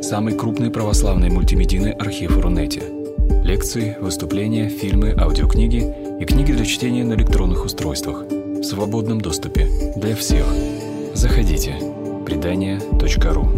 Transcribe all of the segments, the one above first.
самый крупный православный мультимедийный архив Рунете. Лекции, выступления, фильмы, аудиокниги и книги для чтения на электронных устройствах в свободном доступе для всех. Заходите. Предания.ру.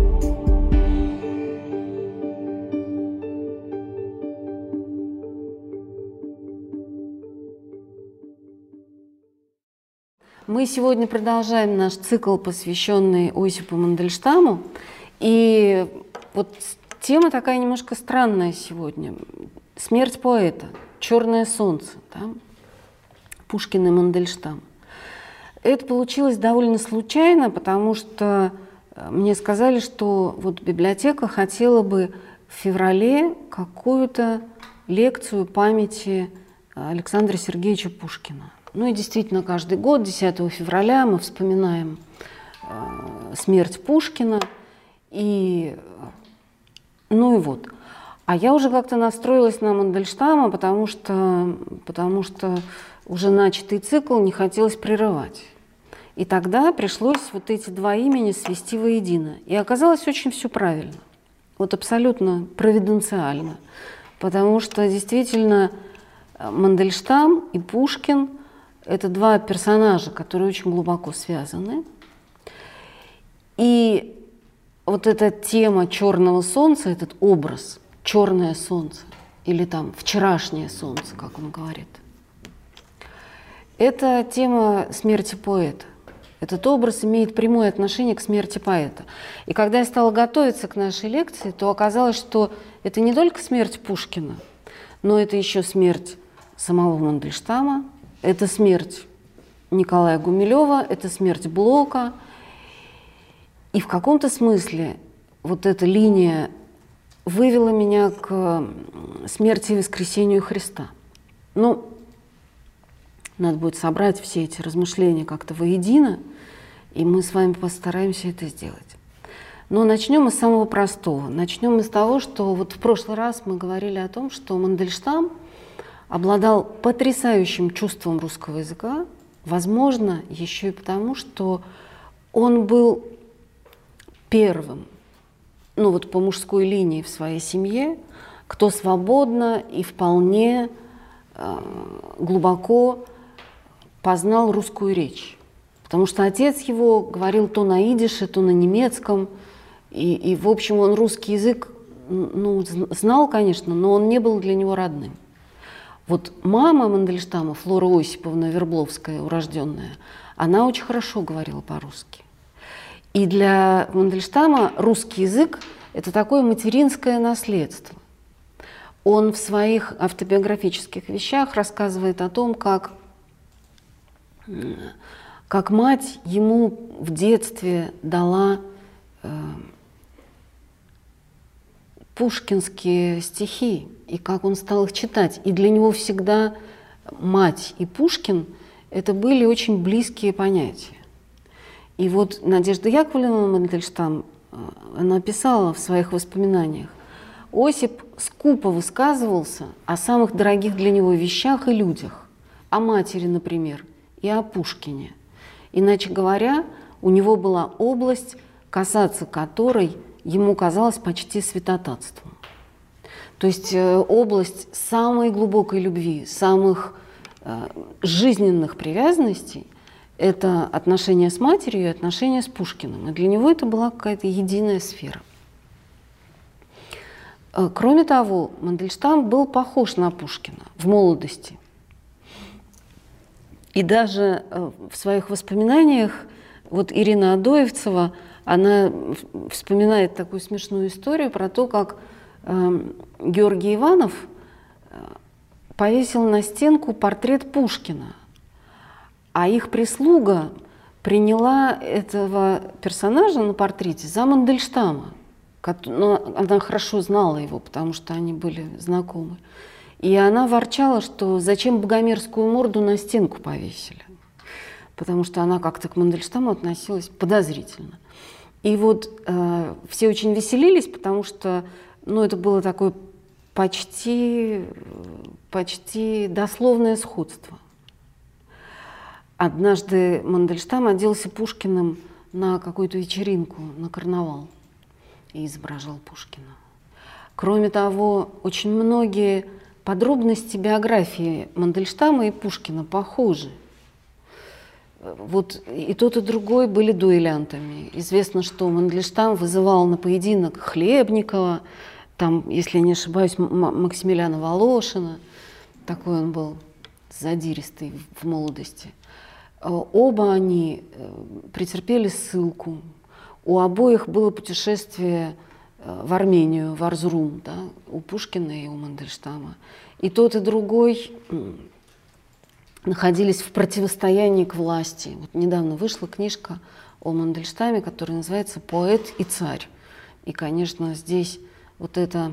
Мы сегодня продолжаем наш цикл, посвященный Осипу Мандельштаму. И вот тема такая немножко странная сегодня. Смерть поэта, черное солнце, да? Пушкин и Мандельштам. Это получилось довольно случайно, потому что мне сказали, что вот библиотека хотела бы в феврале какую-то лекцию памяти Александра Сергеевича Пушкина. Ну и действительно, каждый год, 10 февраля, мы вспоминаем смерть Пушкина. Ну и вот. А я уже как-то настроилась на Мандельштама, потому что уже начатый цикл не хотелось прерывать. И тогда пришлось вот эти два имени свести воедино. И оказалось очень все правильно. Вот абсолютно провиденциально. Потому что действительно Мандельштам и Пушкин – это два персонажа, которые очень глубоко связаны. И вот эта тема черного солнца, этот образ, черное солнце, или там вчерашнее солнце, как он говорит, это тема смерти поэта. Этот образ имеет прямое отношение к смерти поэта. И когда я стала готовиться к нашей лекции, то оказалось, что это не только смерть Пушкина, но это еще смерть самого Мандельштама, это смерть Николая Гумилева, это смерть Блока. И в каком-то смысле вот эта линия вывела меня к смерти и воскресению Христа. Ну, надо будет собрать все эти размышления как-то воедино, и мы с вами постараемся это сделать. Но начнем мы с самого простого. Начнем мы с того, что вот в прошлый раз мы говорили о том, что Мандельштам обладал потрясающим чувством русского языка, возможно, еще и потому, что он был первым, ну вот по мужской линии в своей семье, кто свободно и вполне глубоко познал русскую речь. Потому что отец его говорил то на идише, то на немецком, и в общем, он русский язык знал, конечно, но он не был для него родным. Вот мама Мандельштама, Флора Осиповна Вербловская, урожденная, она очень хорошо говорила по-русски. И для Мандельштама русский язык – это такое материнское наследство. Он в своих автобиографических вещах рассказывает о том, как мать ему в детстве дала пушкинские стихи, и как он стал их читать. И для него всегда мать и Пушкин – это были очень близкие понятия. И вот Надежда Яковлевна Мандельштам, она писала в своих воспоминаниях: Осип скупо высказывался о самых дорогих для него вещах и людях, о матери, например, и о Пушкине. Иначе говоря, у него была область, касаться которой ему казалось почти святотатством. То есть область самой глубокой любви, самых жизненных привязанностей – это отношения с матерью и отношения с Пушкиным. И для него это была какая-то единая сфера. Кроме того, Мандельштам был похож на Пушкина в молодости. И даже в своих воспоминаниях вот Ирина Адоевцева, она вспоминает такую смешную историю про то, как Георгий Иванов повесил на стенку портрет Пушкина, а их прислуга приняла этого персонажа на портрете за Мандельштама. Но она хорошо знала его, потому что они были знакомы. И она ворчала, что зачем богомерзкую морду на стенку повесили, потому что она как-то к Мандельштаму относилась подозрительно. И вот все очень веселились, потому что это было такое почти дословное сходство. Однажды Мандельштам оделся Пушкиным на какую-то вечеринку, на карнавал. и изображал Пушкина. Кроме того, очень многие подробности биографии Мандельштама и Пушкина похожи. Вот и тот, и другой были дуэлянтами. Известно, что Мандельштам вызывал на поединок Хлебникова, там, если я не ошибаюсь, Максимилиана Волошина. Такой он был задиристый в молодости. Оба они претерпели ссылку. У обоих было путешествие в Армению, в Арзрум, да, у Пушкина и у Мандельштама. И тот, и другой находились в противостоянии к власти. Вот недавно вышла книжка о Мандельштаме, которая называется «Поэт и царь». И, конечно, здесь вот эта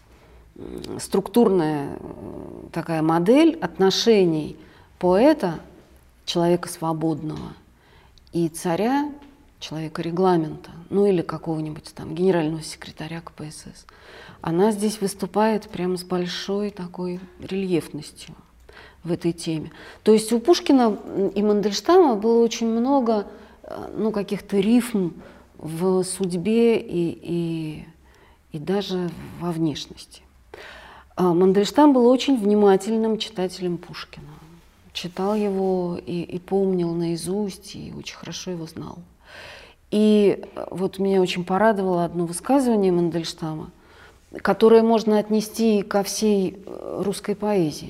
структурная такая модель отношений поэта, человека свободного, и царя, человека регламента, ну или какого-нибудь там генерального секретаря КПСС, она здесь выступает прямо с большой такой рельефностью в этой теме. То есть у Пушкина и Мандельштама было очень много каких-то рифм в судьбе и даже во внешности. Мандельштам был очень внимательным читателем Пушкина. Читал его и помнил наизусть, и очень хорошо его знал. И вот меня очень порадовало одно высказывание Мандельштама, которое можно отнести ко всей русской поэзии.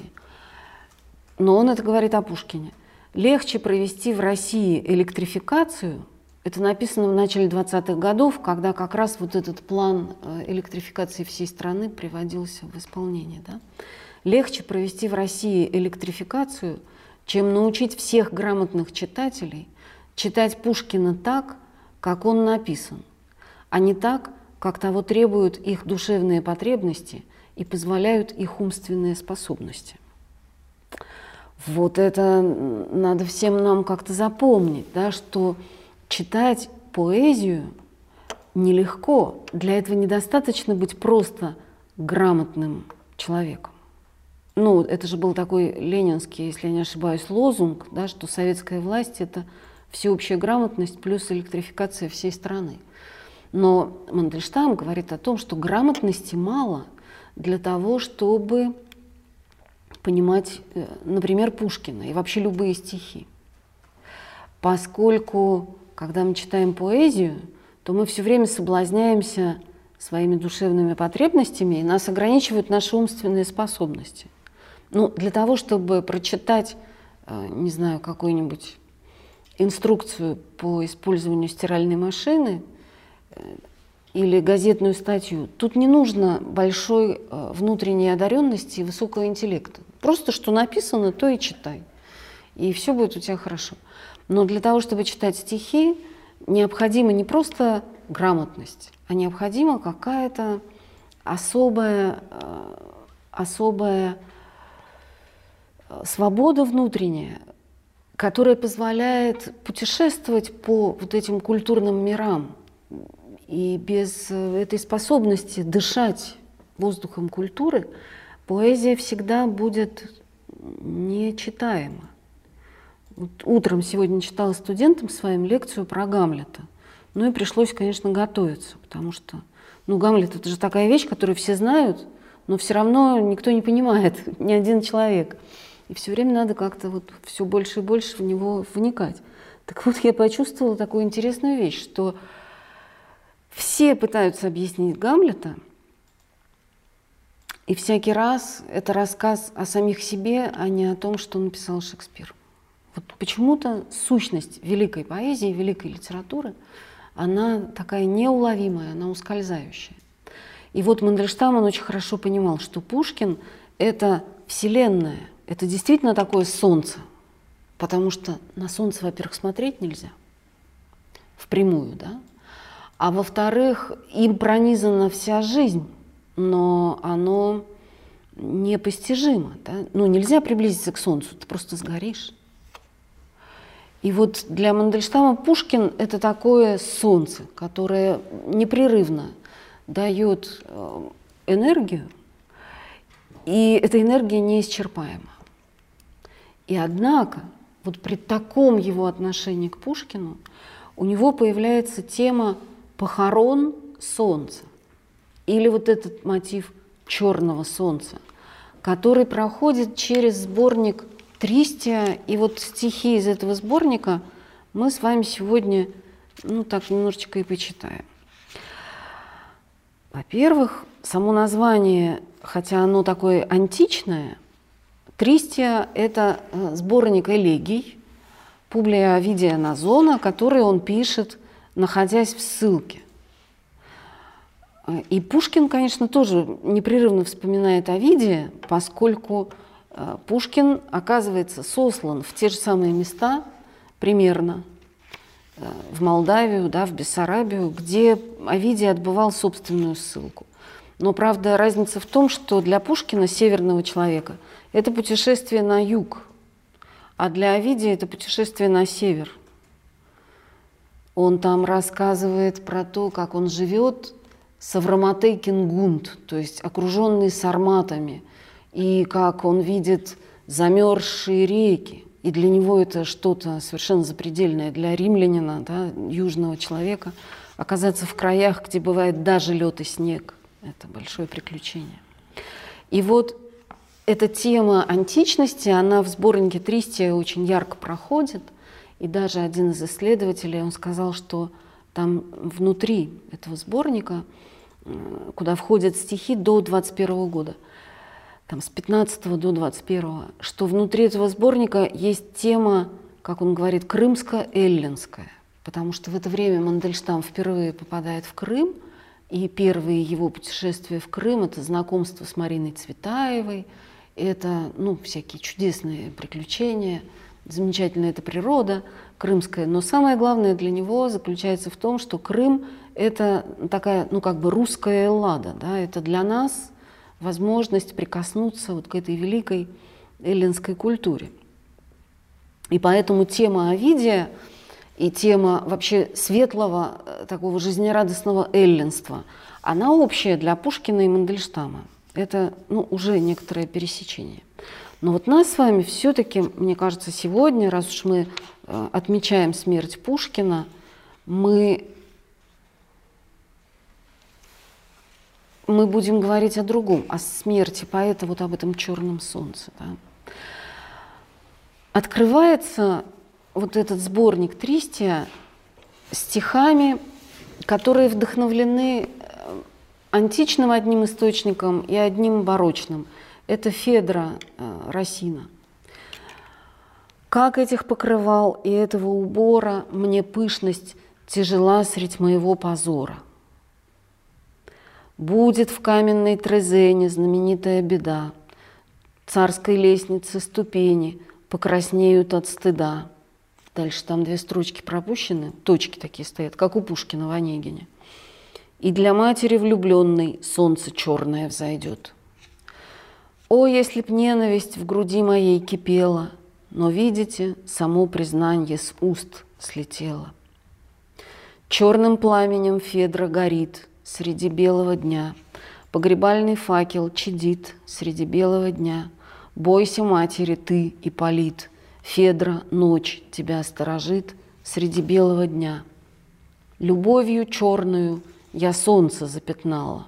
Но он это говорит о Пушкине. Легче провести в России электрификацию, это написано в начале 20-х годов, когда как раз вот этот план электрификации всей страны приводился в исполнение. Да? Легче провести в России электрификацию, чем научить всех грамотных читателей читать Пушкина так, как он написан, а не так, как того требуют их душевные потребности и позволяют их умственные способности. Вот это надо всем нам как-то запомнить, да, что читать поэзию нелегко. Для этого недостаточно быть просто грамотным человеком. Ну, это же был такой ленинский, если я не ошибаюсь, лозунг, да, что советская власть – это всеобщая грамотность плюс электрификация всей страны. Но Мандельштам говорит о том, что грамотности мало для того, чтобы понимать, например, Пушкина и вообще любые стихи. Поскольку, когда мы читаем поэзию, то мы все время соблазняемся своими душевными потребностями, и нас ограничивают наши умственные способности. Ну, для того, чтобы прочитать, не знаю, какую-нибудь инструкцию по использованию стиральной машины или газетную статью, тут не нужно большой внутренней одаренности и высокого интеллекта. Просто что написано, то и читай. И все будет у тебя хорошо. Но для того, чтобы читать стихи, необходима не просто грамотность, а необходима какая-то особая свобода внутренняя, которая позволяет путешествовать по вот этим культурным мирам. И без этой способности дышать воздухом культуры поэзия всегда будет нечитаема. Вот утром сегодня читала студентам своим лекцию про Гамлета. Ну и пришлось, конечно, готовиться, потому что Гамлет – это же такая вещь, которую все знают, но все равно никто не понимает, ни один человек. И все время надо как-то вот все больше и больше в него вникать. Так вот, я почувствовала такую интересную вещь, что все пытаются объяснить Гамлета, и всякий раз это рассказ о самих себе, а не о том, что написал Шекспир. Вот почему-то сущность великой поэзии, великой литературы, она такая неуловимая, она ускользающая. И вот Мандельштам, он очень хорошо понимал, что Пушкин – это вселенная, это действительно такое солнце, потому что на солнце, во-первых, смотреть нельзя, впрямую, да? А во-вторых, им пронизана вся жизнь, но оно непостижимо. Да? Нельзя приблизиться к солнцу, ты просто сгоришь. И вот для Мандельштама Пушкин – это такое солнце, которое непрерывно дает энергию, и эта энергия неисчерпаема. И однако, вот при таком его отношении к Пушкину у него появляется тема похорон солнца. Или вот этот мотив черного солнца, который проходит через сборник Тристия. И вот стихи из этого сборника мы с вами сегодня, так немножечко и почитаем. Во-первых, само название, хотя оно такое античное, Тристия – это сборник элегий Публия Овидия Назона, который он пишет, находясь в ссылке. И Пушкин, конечно, тоже непрерывно вспоминает Овидия, поскольку Пушкин оказывается сослан в те же самые места примерно, в Молдавию, в Бессарабию, где Овидий отбывал собственную ссылку. Но, правда, разница в том, что для Пушкина, северного человека, это путешествие на юг, а для Овидия это путешествие на север. Он там рассказывает про то, как он живет Савраматей-Кингунд, то есть окруженный сарматами, и как он видит замерзшие реки. И для него это что-то совершенно запредельное, для римлянина, южного человека, оказаться в краях, где бывает даже лед и снег. Это большое приключение. И вот эта тема античности, она в сборнике Тристия очень ярко проходит. И даже один из исследователей, он сказал, что там внутри этого сборника, куда входят стихи до 21 года, там с 15 до 21, что внутри этого сборника есть тема, как он говорит, крымско-эллинская. Потому что в это время Мандельштам впервые попадает в Крым, и первые его путешествия в Крым – это знакомство с Мариной Цветаевой, это всякие чудесные приключения, замечательная эта природа крымская. Но самое главное для него заключается в том, что Крым – это такая, русская Эллада. Это для нас возможность прикоснуться вот к этой великой эллинской культуре. И поэтому тема Овидия и тема вообще светлого, такого жизнерадостного эллинства, она общая для Пушкина и Мандельштама. Это уже некоторое пересечение. Но вот нас с вами все-таки, мне кажется, сегодня, раз уж мы отмечаем смерть Пушкина, мы будем говорить о другом, о смерти поэта, вот об этом черном солнце. Открывается вот этот сборник Тристия стихами, которые вдохновлены античным одним источником и одним барочным. Это Федра Расина. «Как этих покрывал и этого убора мне пышность тяжела средь моего позора. Будет в каменной Трезене знаменитая беда, царской лестницы ступени покраснеют от стыда». Дальше там 2 строчки пропущены, точки такие стоят, как у Пушкина в Онегине. «И для матери влюбленной солнце черное взойдет. О, если б ненависть в груди моей кипела, но, видите, само признанье с уст слетело. Черным пламенем Федра горит среди белого дня, погребальный факел чадит среди белого дня. Бойся матери ты, Ипполит, Федра, ночь тебя сторожит среди белого дня. Любовью черную я солнце запятнала.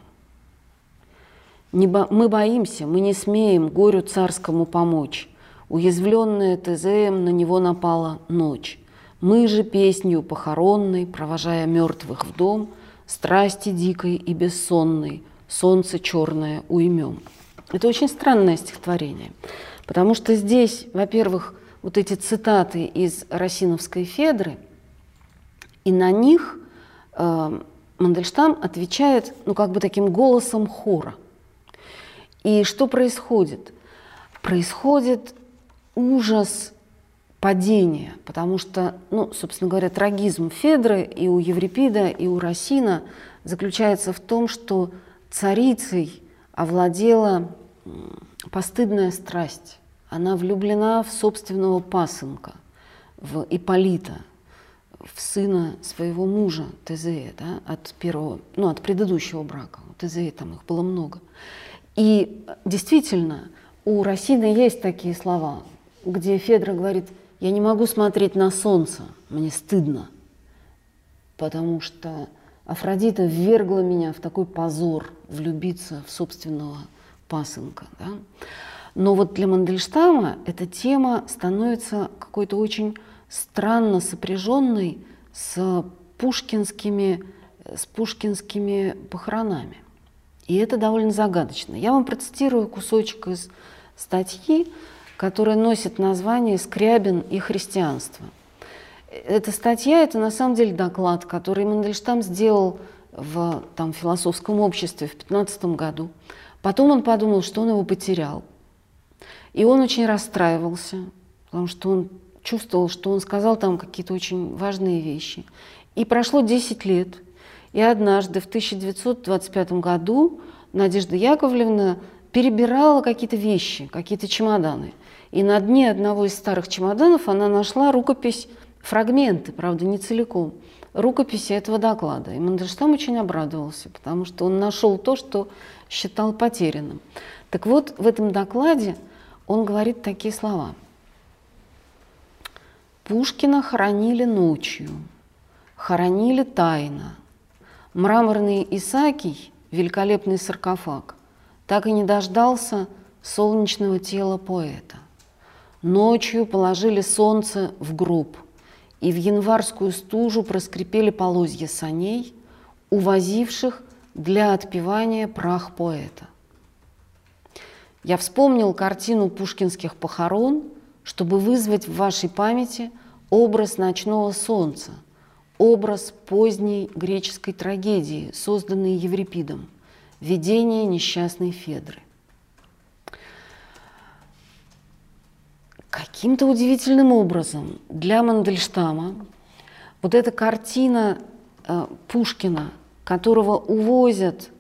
Мы боимся, мы не смеем горю царскому помочь. Уязвленная Тезеем на него напала ночь. Мы же песнью похоронной, провожая мертвых в дом, страсти дикой и бессонной, солнце черное уймем. Это очень странное стихотворение, потому что здесь, во-первых, вот эти цитаты из Расиновской Федры, и на них Мандельштам отвечает, таким голосом хора. И что происходит? Происходит ужас падения, потому что, собственно говоря, трагизм Федры и у Еврипида, и у Расина заключается в том, что царицей овладела постыдная страсть. Она влюблена в собственного пасынка, в Ипполита, в сына своего мужа Тезея, от предыдущего брака. У Тезея там их было много. И действительно, у Расина есть такие слова, где Федра говорит: «Я не могу смотреть на солнце, мне стыдно, потому что Афродита ввергла меня в такой позор влюбиться в собственного пасынка. Да? Но вот для Мандельштама эта тема становится какой-то очень странно сопряженной с пушкинскими похоронами. И это довольно загадочно. Я вам процитирую кусочек из статьи, которая носит название «Скрябин и христианство». Эта статья – это на самом деле доклад, который Мандельштам сделал в философском обществе в 15 году. Потом он подумал, что он его потерял. И он очень расстраивался, потому что он чувствовал, что он сказал там какие-то очень важные вещи. И прошло 10 лет. И однажды, в 1925 году, Надежда Яковлевна перебирала какие-то вещи, какие-то чемоданы. И на дне одного из старых чемоданов она нашла рукопись, фрагменты, правда, не целиком, рукописи этого доклада. И Мандельштам очень обрадовался, потому что он нашел то, что считал потерянным. Так вот, в этом докладе он говорит такие слова. «Пушкина хоронили ночью, хоронили тайно. Мраморный Исаакий, великолепный саркофаг, так и не дождался солнечного тела поэта. Ночью положили солнце в гроб, и в январскую стужу проскрипели полозья саней, увозивших для отпевания прах поэта. Я вспомнил картину пушкинских похорон, чтобы вызвать в вашей памяти образ ночного солнца, образ поздней греческой трагедии, созданной Еврипидом, «Видение несчастной Федры». Каким-то удивительным образом для Мандельштама вот эта картина Пушкина, которого увозят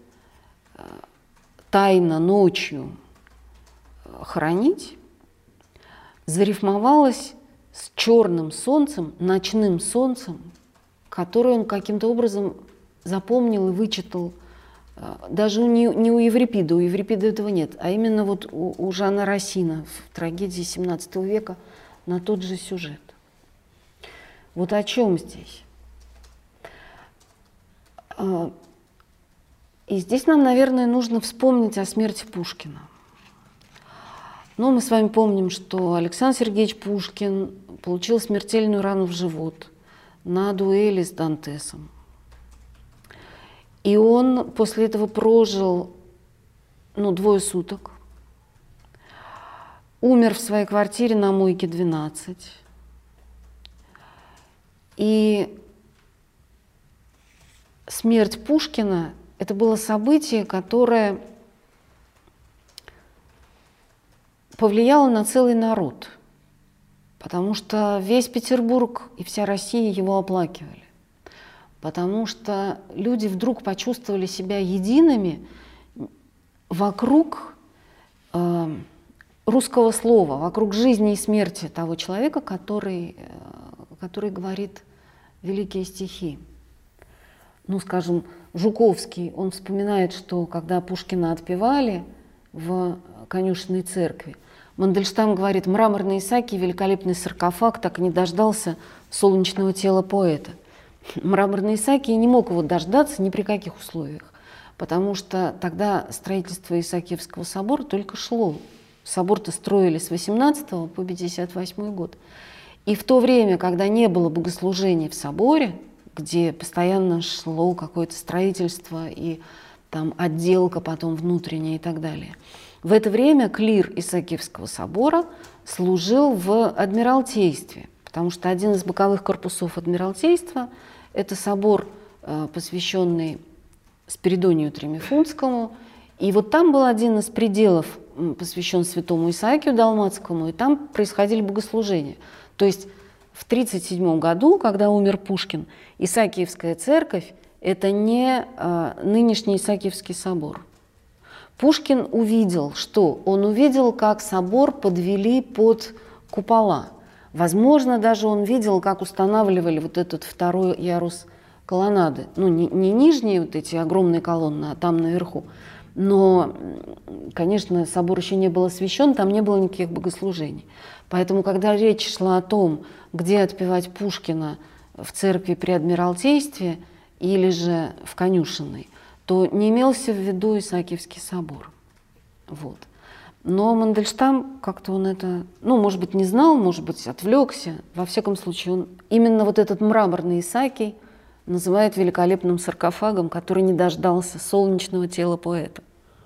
тайно ночью хоронить, зарифмовалась с черным солнцем, ночным солнцем, который он каким-то образом запомнил и вычитал даже не у Еврипида, у Еврипида этого нет, а именно вот у Жана Рассина в трагедии XVII века на тот же сюжет. Вот о чем здесь? И здесь нам, наверное, нужно вспомнить о смерти Пушкина. Но мы с вами помним, что Александр Сергеевич Пушкин получил смертельную рану в живот на дуэли с Дантесом. И он после этого прожил 2 суток, умер в своей квартире на Мойке 12. И смерть Пушкина – это было событие, которое повлияло на целый народ, потому что весь Петербург и вся Россия его оплакивали. Потому что люди вдруг почувствовали себя едиными вокруг русского слова, вокруг жизни и смерти того человека, который говорит великие стихи. Скажем, Жуковский, он вспоминает, что когда Пушкина отпевали в конюшенной церкви, Мандельштам говорит: «Мраморный Исаакий, великолепный саркофаг, так и не дождался солнечного тела поэта». Мраморный Исаакий не мог его дождаться ни при каких условиях, потому что тогда строительство Исаакиевского собора только шло. Собор-то строили с 18 по 58 год. И в то время, когда не было богослужения в соборе, где постоянно шло какое-то строительство и там отделка потом внутренняя и так далее, в это время клир Исаакиевского собора служил в Адмиралтействе, потому что один из боковых корпусов Адмиралтейства – это собор, посвященный Спиридонию Тремифунтскому. И вот там был один из пределов, посвящен святому Исаакию Далматскому, и там происходили богослужения. То есть в 1937 году, когда умер Пушкин, Исаакиевская церковь – это не нынешний Исаакиевский собор. Пушкин увидел, что? Он увидел, как собор подвели под купола. Возможно, даже он видел, как устанавливали вот этот 2-й ярус колоннады. Не нижние вот эти огромные колонны, а там наверху. Но, конечно, собор еще не был освящен, там не было никаких богослужений. Поэтому, когда речь шла о том, где отпевать Пушкина в церкви при Адмиралтействе, или же в Конюшенной, то не имелся в виду Исаакиевский собор. Вот. Но Мандельштам как-то он это, может быть, не знал, может быть, отвлекся. Во всяком случае, он именно вот этот мраморный Исаакий называет великолепным саркофагом, который не дождался солнечного тела поэта.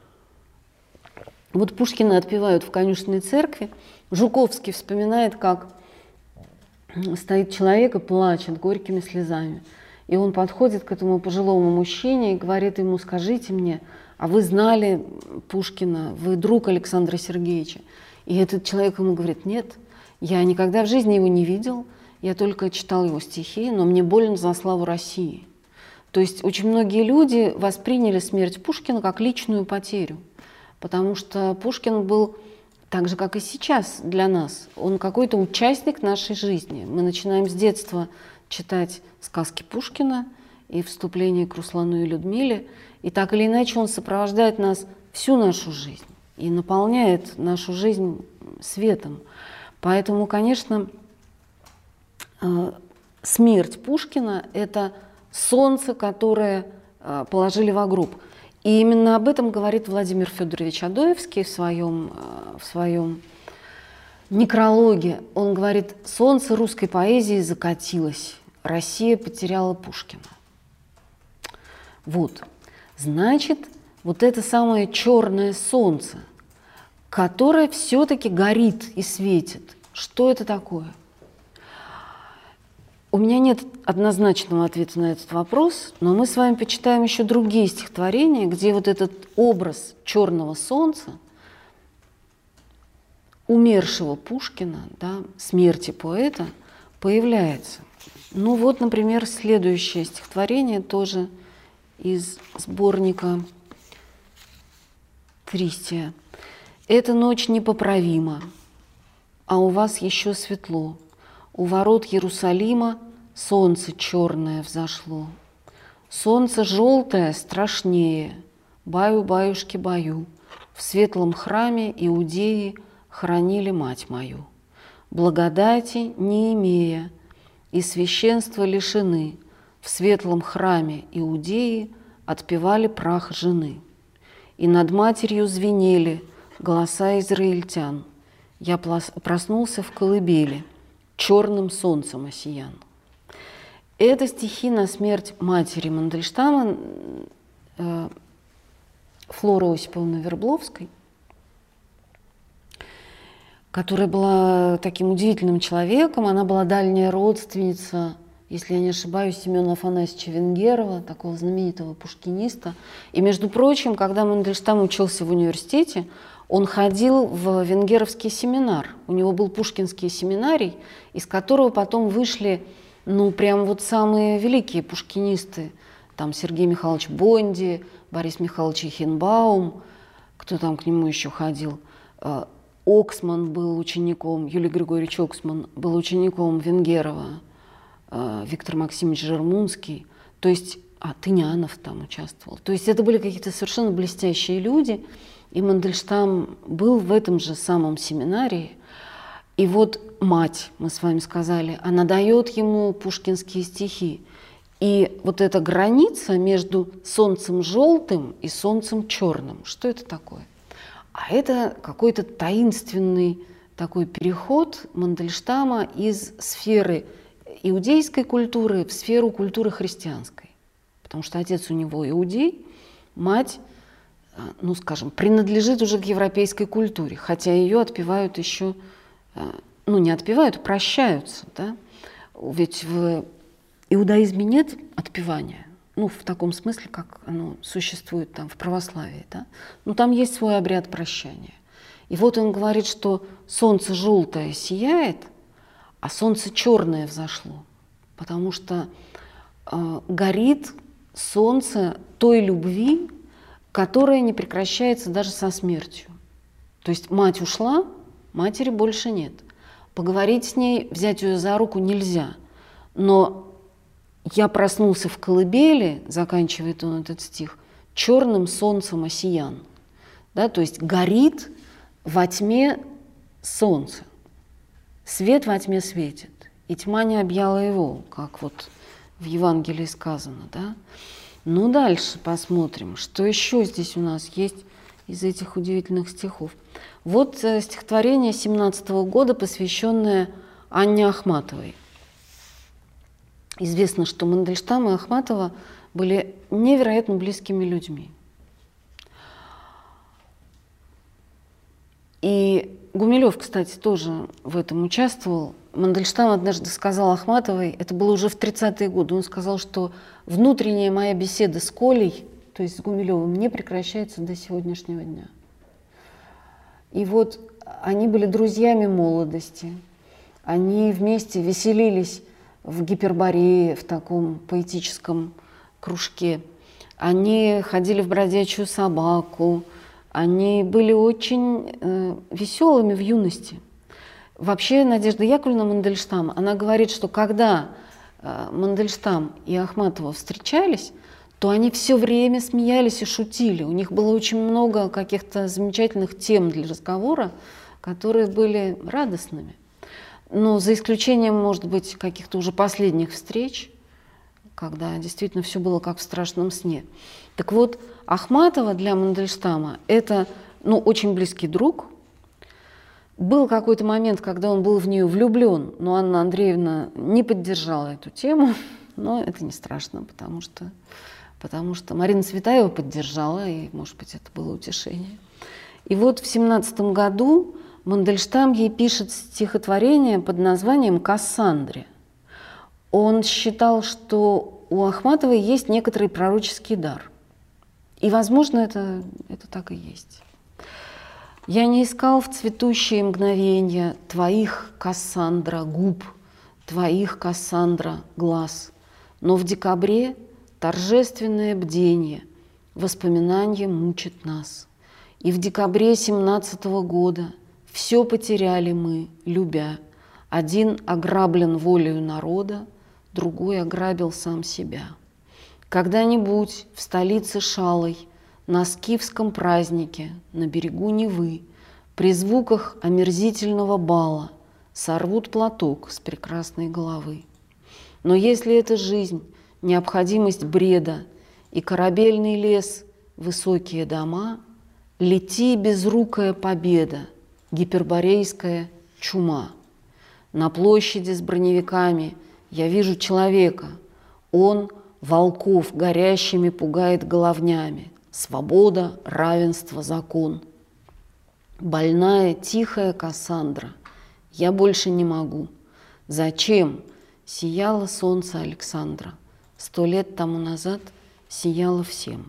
Вот Пушкина отпевают в Конюшенной церкви. Жуковский вспоминает, как стоит человек и плачет горькими слезами. И он подходит к этому пожилому мужчине и говорит ему: скажите мне, а вы знали Пушкина, вы друг Александра Сергеевича? И этот человек ему говорит: нет, я никогда в жизни его не видел, я только читал его стихи, но мне больно за славу России. То есть очень многие люди восприняли смерть Пушкина как личную потерю, потому что Пушкин был, так же, как и сейчас для нас, он какой-то участник нашей жизни. Мы начинаем с детства читать сказки Пушкина и вступление к Руслану и Людмиле, и так или иначе он сопровождает нас всю нашу жизнь и наполняет нашу жизнь светом. Поэтому, конечно, смерть Пушкина – это солнце, которое положили в гроб. И именно об этом говорит Владимир Федорович Адоевский в своем некрологе. Он говорит: солнце русской поэзии закатилось, Россия потеряла Пушкина. Вот. Значит, вот это самое черное солнце, которое все-таки горит и светит. Что это такое? У меня нет однозначного ответа на этот вопрос, но мы с вами почитаем еще другие стихотворения, где вот этот образ черного солнца, умершего Пушкина, да, смерти поэта, появляется. Ну вот, например, следующее стихотворение тоже из сборника Тристия. «Эта ночь непоправима, а у вас еще светло. У ворот Иерусалима солнце черное взошло. Солнце желтое страшнее, баю-баюшки баю. В светлом храме иудеи хоронили мать мою. Благодати не имея и священства лишены, в светлом храме иудеи отпевали прах жены. И над матерью звенели голоса израильтян. Я проснулся в колыбели, черным солнцем осиян». Это стихи на смерть матери Мандельштама, Флоры Осиповны Вербловской, которая была таким удивительным человеком. Она была дальняя родственница, если я не ошибаюсь, Семена Афанасьевича Венгерова, такого знаменитого пушкиниста. И, между прочим, когда Мандельштам учился в университете, он ходил в венгеровский семинар. У него был пушкинский семинарий, из которого потом вышли, прям вот самые великие пушкинисты. Там Сергей Михайлович Бонди, Борис Михайлович Эхенбаум, кто там к нему еще ходил? Оксман был учеником, Юлий Григорьевич Оксман был учеником Венгерова, Виктор Максимович Жермунский, то есть, Тынянов там участвовал. То есть это были какие-то совершенно блестящие люди, и Мандельштам был в этом же самом семинарии. И вот мать, мы с вами сказали, она дает ему пушкинские стихи. И вот эта граница между солнцем желтым и солнцем черным, что это такое? А это какой-то таинственный такой переход Мандельштама из сферы иудейской культуры в сферу культуры христианской. Потому что отец у него иудей, мать, принадлежит уже к европейской культуре, хотя ее отпевают еще, не отпевают, прощаются. Да? Ведь в иудаизме нет отпевания, в таком смысле, как оно существует там в православии. Да? Но там есть свой обряд прощания. И вот он говорит, что солнце желтое сияет, а солнце черное взошло, потому что горит солнце той любви, которая не прекращается даже со смертью. То есть мать ушла, матери больше нет. Поговорить с ней, взять ее за руку нельзя. Но я проснулся в колыбели, заканчивает он этот стих, черным солнцем осиян. Да, то есть горит во тьме солнце. Свет во тьме светит, и тьма не объяла его, как вот в Евангелии сказано, да? Ну, дальше посмотрим, что еще здесь у нас есть из этих удивительных стихов. Вот стихотворение 17-го года, посвященное Анне Ахматовой. Известно, что Мандельштам и Ахматова были невероятно близкими людьми. И Гумилев, кстати, тоже в этом участвовал. Мандельштам однажды сказал Ахматовой, это было уже в 30-е годы, он сказал, что внутренняя моя беседа с Колей, то есть с Гумилевым, не прекращается до сегодняшнего дня. И вот они были друзьями молодости, они вместе веселились в Гиперборее, в таком поэтическом кружке. Они ходили в бродячую собаку, они были очень веселыми в юности. Вообще Надежда Яковлевна Мандельштам, она говорит, что когда Мандельштам и Ахматова встречались, то они все время смеялись и шутили. У них было очень много каких-то замечательных тем для разговора, которые были радостными. Но за исключением, может быть, каких-то уже последних встреч, когда действительно все было как в страшном сне. Так вот, Ахматова для Мандельштама – это очень близкий друг. Был какой-то момент, когда он был в нее влюблен, но Анна Андреевна не поддержала эту тему, но это не страшно, потому что Марина Цветаева поддержала, и, может быть, это было утешение. И вот в 17-м году Мандельштам ей пишет стихотворение под названием «Кассандре». Он считал, что у Ахматовой есть некоторый пророческий дар. И, возможно, это так и есть. «Я не искал в цветущие мгновенья твоих, Кассандра, губ, твоих, Кассандра, глаз, но в декабре торжественное бденье, воспоминание мучит нас. И в декабре 17-го года все потеряли мы, любя. Один ограблен волею народа, другой ограбил сам себя. Когда-нибудь в столице шалой, на скифском празднике, на берегу Невы, при звуках омерзительного бала сорвут платок с прекрасной головы. Но если это жизнь, необходимость бреда и корабельный лес, высокие дома, лети, безрукая победа, гиперборейская чума. На площади с броневиками я вижу человека, он волков горящими пугает головнями. Свобода, равенство, закон. Больная, тихая Кассандра, я больше не могу. Зачем? Сияло солнце Александра. 100 лет тому назад сияло всем.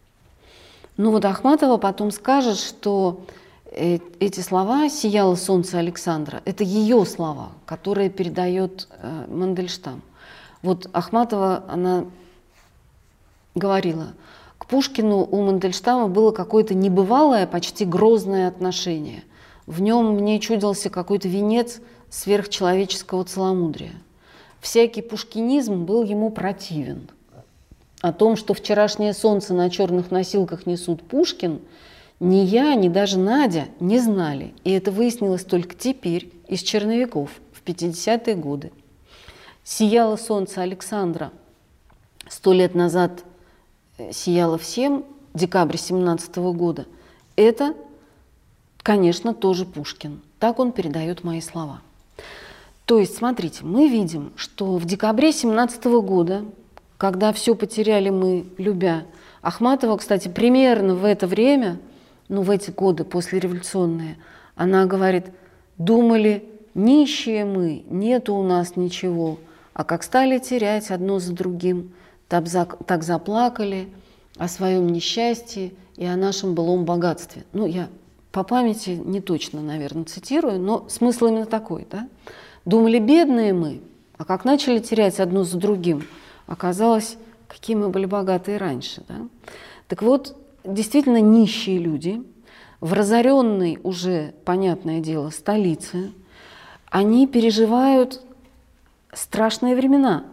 Вот Ахматова потом скажет, что эти слова «сияло солнце Александра» – это ее слова, которые передает Мандельштам. Вот Ахматова, она говорила, к Пушкину у Мандельштама было какое-то небывалое, почти грозное отношение. В нем мне чудился какой-то венец сверхчеловеческого целомудрия. Всякий пушкинизм был ему противен. О том, что вчерашнее солнце на черных носилках несут Пушкин, ни я, ни даже Надя не знали. И это выяснилось только теперь, из черновиков, в 50-е годы. Сияло солнце Александра 100 лет назад сияло всем, декабрь 17-го года. Это, конечно, тоже Пушкин. Так он передает мои слова. То есть, смотрите, мы видим, что в декабре 17-го года, когда все потеряли мы, любя, Ахматова, кстати, примерно в это время, в эти годы послереволюционные, она говорит, думали, нищие мы, нету у нас ничего, а как стали терять одно за другим, так заплакали о своем несчастье и о нашем былом богатстве. Я по памяти не точно, наверное, цитирую, но смысл именно такой, да? Думали, бедные мы, а как начали терять одно за другим, оказалось, какие мы были богатые раньше. Да? Так вот, действительно нищие люди в разоренной уже, понятное дело, столице, они переживают страшные времена.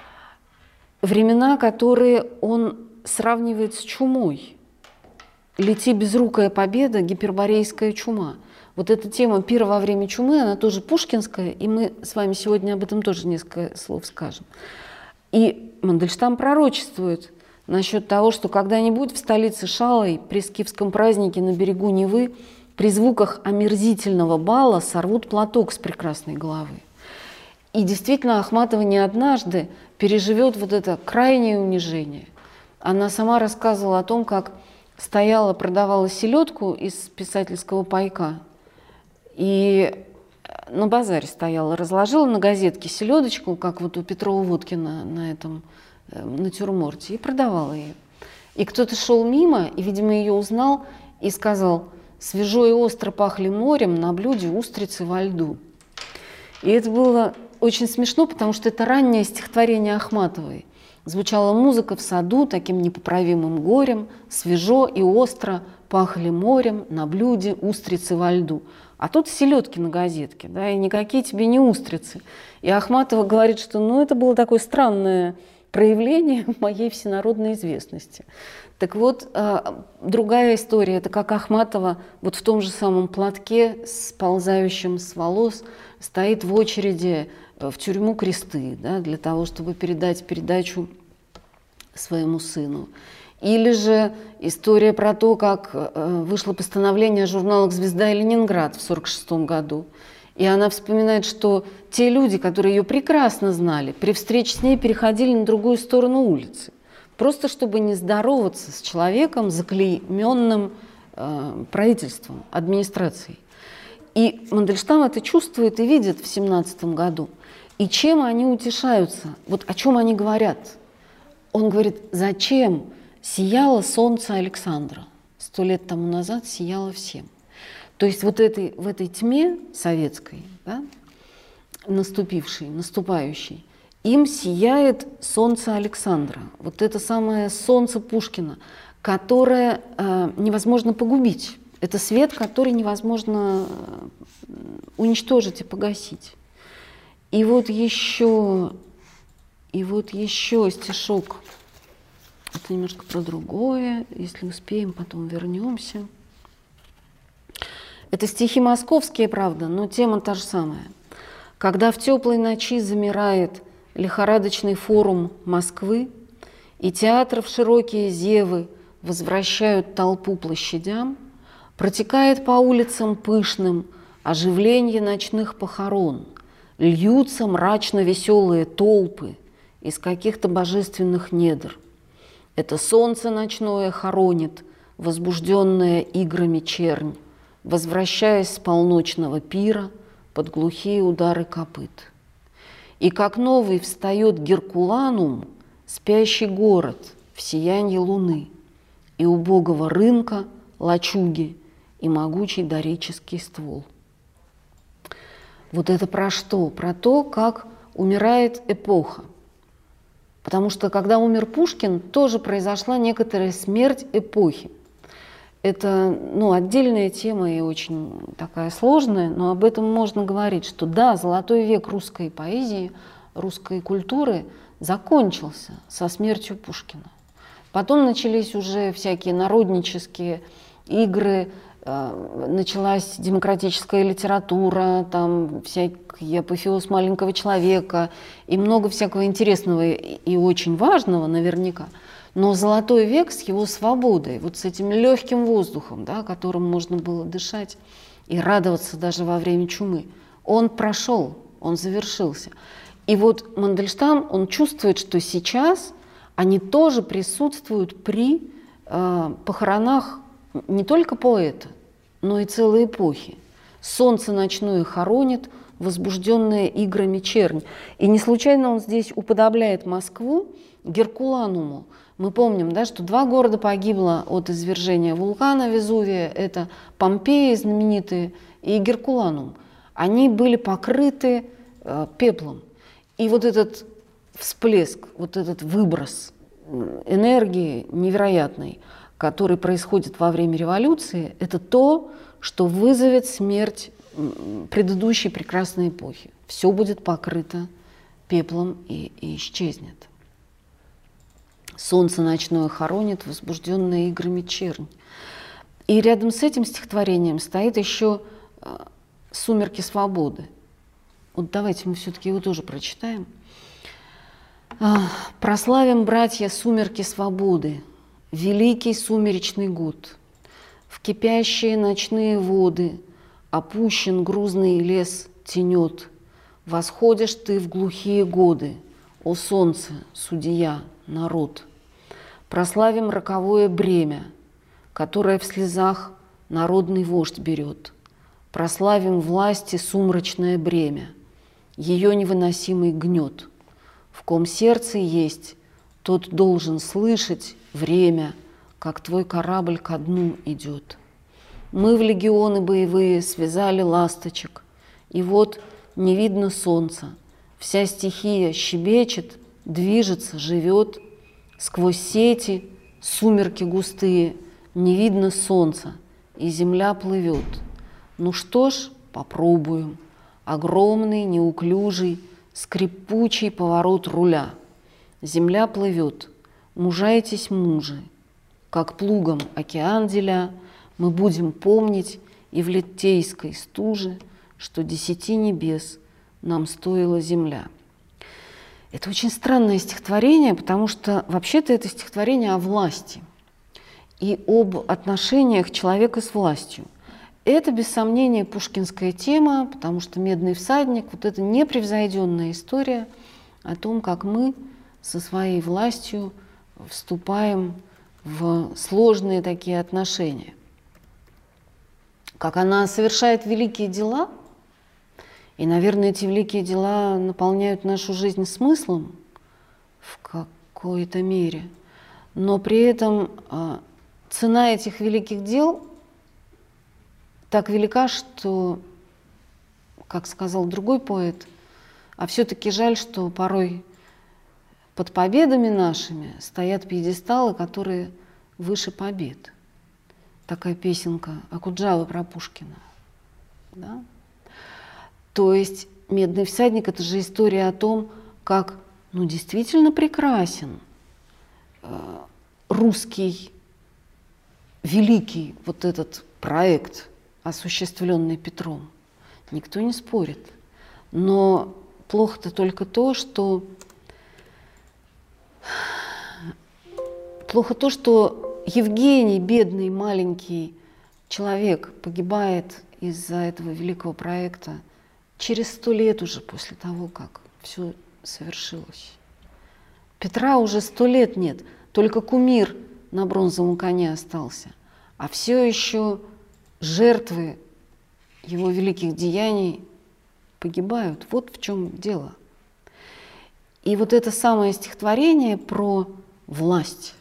Времена, которые он сравнивает с чумой. «Лети, безрукая победа, гиперборейская чума». Вот эта тема «Пира во время чумы», она тоже пушкинская, и мы с вами сегодня об этом тоже несколько слов скажем. И Мандельштам пророчествует насчет того, что когда-нибудь в столице Шалой при скифском празднике на берегу Невы при звуках омерзительного бала сорвут платок с прекрасной головы. И действительно, Ахматова не однажды переживет вот это крайнее унижение. Она сама рассказывала о том, как стояла, продавала селедку из писательского пайка, и на базаре стояла, разложила на газетке селедочку, как вот у Петрова-Водкина на этом натюрморте, и продавала ее. И кто-то шел мимо, и, видимо, ее узнал и сказал: «Свежо и остро пахли морем, на блюде устрицы во льду». И это было очень смешно, потому что это раннее стихотворение Ахматовой. Звучала музыка в саду таким непоправимым горем, свежо и остро пахли морем, на блюде устрицы во льду. А тут селедки на газетке, да, и никакие тебе не устрицы. И Ахматова говорит, что это было такое странное проявление моей всенародной известности. Так вот, другая история, это как Ахматова вот в том же самом платке, сползающем с волос, стоит в очереди в тюрьму Кресты, да, для того, чтобы передать передачу своему сыну. Или же история про то, как вышло постановление о журналах «Звезда» и «Ленинград» в 1946 году. И она вспоминает, что те люди, которые ее прекрасно знали, при встрече с ней переходили на другую сторону улицы, просто чтобы не здороваться с человеком, заклейменным правительством, администрацией. И Мандельштам это чувствует и видит в 1917 году. И чем они утешаются? Вот о чем они говорят? Он говорит: зачем сияло солнце Александра? 100 лет тому назад сияло всем. То есть вот в этой тьме советской, да, наступающей, им сияет солнце Александра. Вот это самое солнце Пушкина, которое невозможно погубить. Это свет, который невозможно уничтожить и погасить. И вот еще стишок. Это немножко про другое. Если успеем, потом вернемся. Это стихи московские, правда, но тема та же самая. Когда в теплой ночи замирает лихорадочный форум Москвы, и театров широкие зевы возвращают толпу площадям, протекает по улицам пышным оживление ночных похорон, льются мрачно-веселые толпы из каких-то божественных недр. Это солнце ночное хоронит, возбужденное играми чернь, возвращаясь с полночного пира под глухие удары копыт. И как новый встает Геркуланум, спящий город в сиянье луны, и убогого рынка лачуги и могучий дорический ствол. Вот это про что? Про то, как умирает эпоха. Потому что когда умер Пушкин, тоже произошла некоторая смерть эпохи. Это отдельная тема и очень такая сложная, но об этом можно говорить, что да, золотой век русской поэзии, русской культуры закончился со смертью Пушкина. Потом начались уже всякие народнические игры, началась демократическая литература, там всякий апофеоз маленького человека и много всякого интересного и очень важного наверняка. Но золотой век с его свободой, вот с этим легким воздухом, да, которым можно было дышать и радоваться даже во время чумы, он прошел, он завершился. И вот Мандельштам, он чувствует, что сейчас они тоже присутствуют при похоронах не только поэта, но и целой эпохи. Солнце ночное хоронит, возбужденное играми чернь. И не случайно он здесь уподобляет Москву Геркулануму. Мы помним, да, что 2 города погибло от извержения вулкана Везувия. Это Помпеи знаменитые и Геркуланум. Они были покрыты пеплом. И вот этот всплеск, вот этот выброс энергии невероятной, который происходит во время революции, это то, что вызовет смерть предыдущей прекрасной эпохи. Все будет покрыто пеплом и исчезнет. Солнце ночное хоронит, возбужденное играми чернь. И рядом с этим стихотворением стоит еще «Сумерки свободы». Вот давайте мы все-таки его тоже прочитаем. Прославим, братья, сумерки свободы, великий сумеречный год. В кипящие ночные воды опущен грузный лес тенет. Восходишь ты в глухие годы, о солнце, судья, народ. Прославим роковое бремя, которое в слезах народный вождь берет. Прославим власти сумрачное бремя, ее невыносимый гнет. В ком сердце есть, тот должен слышать время, как твой корабль ко дну идет. Мы в легионы боевые связали ласточек, и вот не видно солнца. Вся стихия щебечет, движется, живет. Сквозь сети, сумерки густые, не видно солнца, и земля плывет. Ну что ж, попробуем. Огромный, неуклюжий, скрипучий поворот руля. Земля плывет, мужайтесь, мужи. Как плугом океан деля, мы будем помнить и в литейской стуже, что 10 небес нам стоила земля. Это очень странное стихотворение, потому что вообще-то это стихотворение о власти и об отношениях человека с властью. Это, без сомнения, пушкинская тема, потому что «Медный всадник» — вот эта непревзойденная история о том, как мы со своей властью вступаем в сложные такие отношения. Как она совершает великие дела, и, наверное, эти великие дела наполняют нашу жизнь смыслом в какой-то мере, но при этом цена этих великих дел так велика, что, как сказал другой поэт, а все-таки жаль, что порой под победами нашими стоят пьедесталы, которые выше побед. Такая песенка Окуджавы про Пушкина. Да? То есть «Медный всадник» — это же история о том, как действительно прекрасен русский великий вот этот проект, осуществленный Петром. Никто не спорит. Но плохо-то только то, что Евгений, бедный маленький человек, погибает из-за этого великого проекта через 100 лет уже после того, как все совершилось. Петра уже 100 лет нет, только кумир на бронзовом коне остался, а все еще жертвы его великих деяний погибают. Вот в чем дело. И вот это самое стихотворение про власть,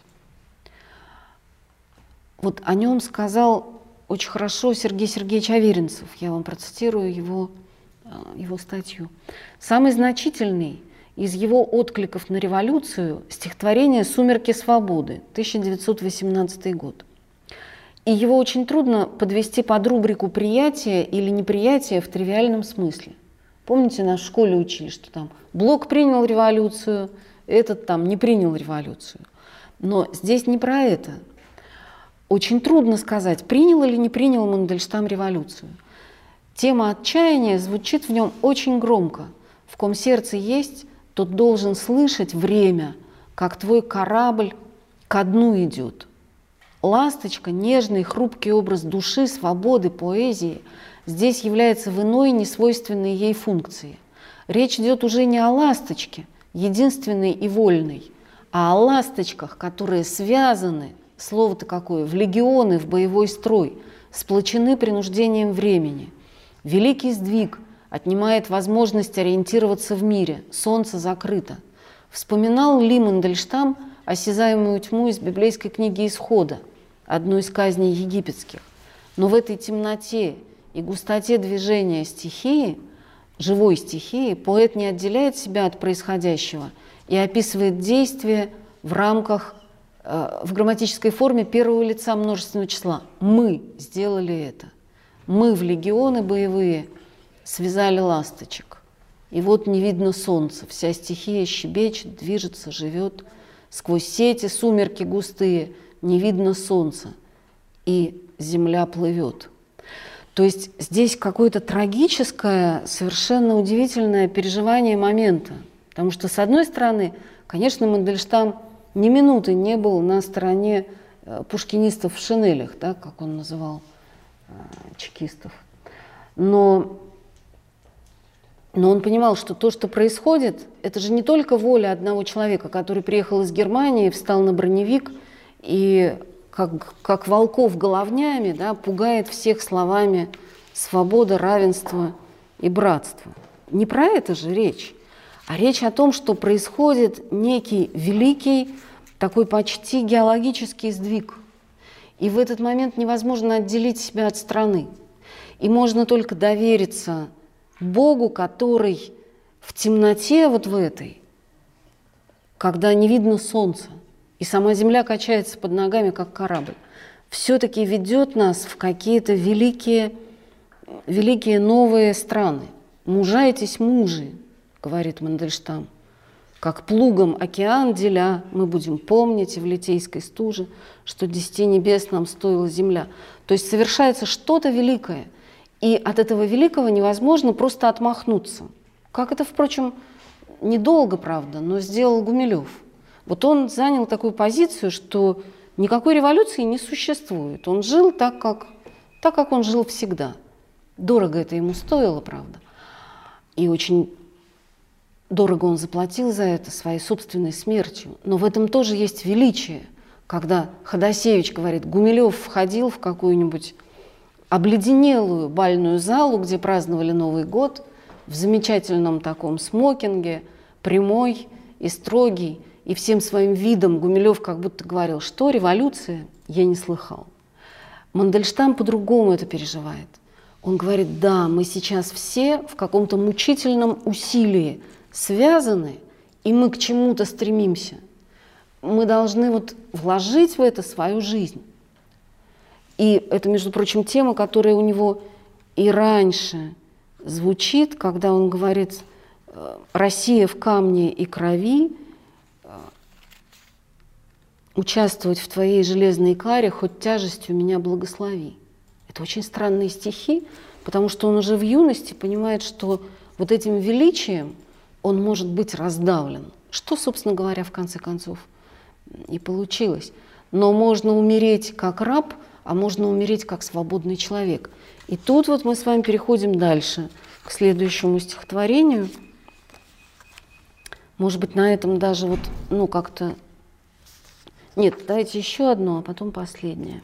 вот о нем сказал очень хорошо Сергей Сергеевич Аверинцев. Я вам процитирую его статью. Самый значительный из его откликов на революцию стихотворение «Сумерки свободы», 1918 год. И его очень трудно подвести под рубрику «приятие» или «неприятие» в тривиальном смысле. Помните, нас в школе учили, что там Блок принял революцию, этот там не принял революцию. Но здесь не про это. Очень трудно сказать, принял или не принял Мандельштам революцию. Тема отчаяния звучит в нем очень громко. В ком сердце есть, тот должен слышать время, как твой корабль ко дну идет. Ласточка, нежный, хрупкий образ души, свободы, поэзии, здесь является в иной, несвойственной ей функции. Речь идет уже не о ласточке, единственной и вольной, а о ласточках, которые связаны, слово-то какое, в легионы, в боевой строй, сплочены принуждением времени. Великий сдвиг отнимает возможность ориентироваться в мире, солнце закрыто. Вспоминал ли Мандельштам осязаемую тьму из библейской книги «Исхода», одну из казней египетских? Но в этой темноте и густоте движения стихии, живой стихии, поэт не отделяет себя от происходящего и описывает действие в рамках, в грамматической форме первого лица множественного числа. Мы сделали это. Мы в легионы боевые связали ласточек. И вот не видно солнца, вся стихия щебечет, движется, живет. Сквозь сети, сумерки густые, не видно солнца, и земля плывет. То есть здесь какое-то трагическое, совершенно удивительное переживание момента. Потому что, с одной стороны, Конечно, Мандельштам ни минуты не был на стороне пушкинистов в шинелях, да, как он называл чекистов. Но он понимал, что то, что происходит, это же не только воля одного человека, который приехал из Германии, встал на броневик и как волков головнями, да, пугает всех словами свобода, равенство и братство. Не про это же речь, а речь о том, что происходит некий великий, такой почти геологический сдвиг. И в этот момент невозможно отделить себя от страны. И можно только довериться Богу, который в темноте вот в этой, когда не видно солнца, и сама земля качается под ногами, как корабль, все-таки ведет нас в какие-то великие новые страны. «Мужайтесь, мужи», говорит Мандельштам, «как плугом океан деля, мы будем помнить и в литейской стуже, что 10 небес нам стоила земля». То есть совершается что-то великое, и от этого великого невозможно просто отмахнуться. Как это, впрочем, недолго, правда, но сделал Гумилев. Вот он занял такую позицию, что никакой революции не существует. Он жил так, как он жил всегда. Дорого это ему стоило, правда. И очень дорого он заплатил за это своей собственной смертью. Но в этом тоже есть величие, когда Ходосевич говорит, Гумилев входил в какую-нибудь обледенелую бальную залу, где праздновали Новый год, в замечательном таком смокинге, прямой и строгий, и всем своим видом Гумилев как будто говорил, что революция, я не слыхал. Мандельштам по-другому это переживает. Он говорит, да, мы сейчас все в каком-то мучительном усилии связаны, и мы к чему-то стремимся. Мы должны вот вложить в это свою жизнь. И это, между прочим, тема, которая у него и раньше звучит, когда он говорит «Россия в камне и крови, участвовать в твоей железной каре, хоть тяжестью меня благослови». Это очень странные стихи, потому что он уже в юности понимает, что вот этим величием он может быть раздавлен. Что, собственно говоря, в конце концов и получилось. Но можно умереть как раб, а можно умереть как свободный человек. И тут вот мы с вами переходим дальше, к следующему стихотворению. Может быть, на этом даже вот, ну, как-то... Нет, давайте еще одно, а потом последнее.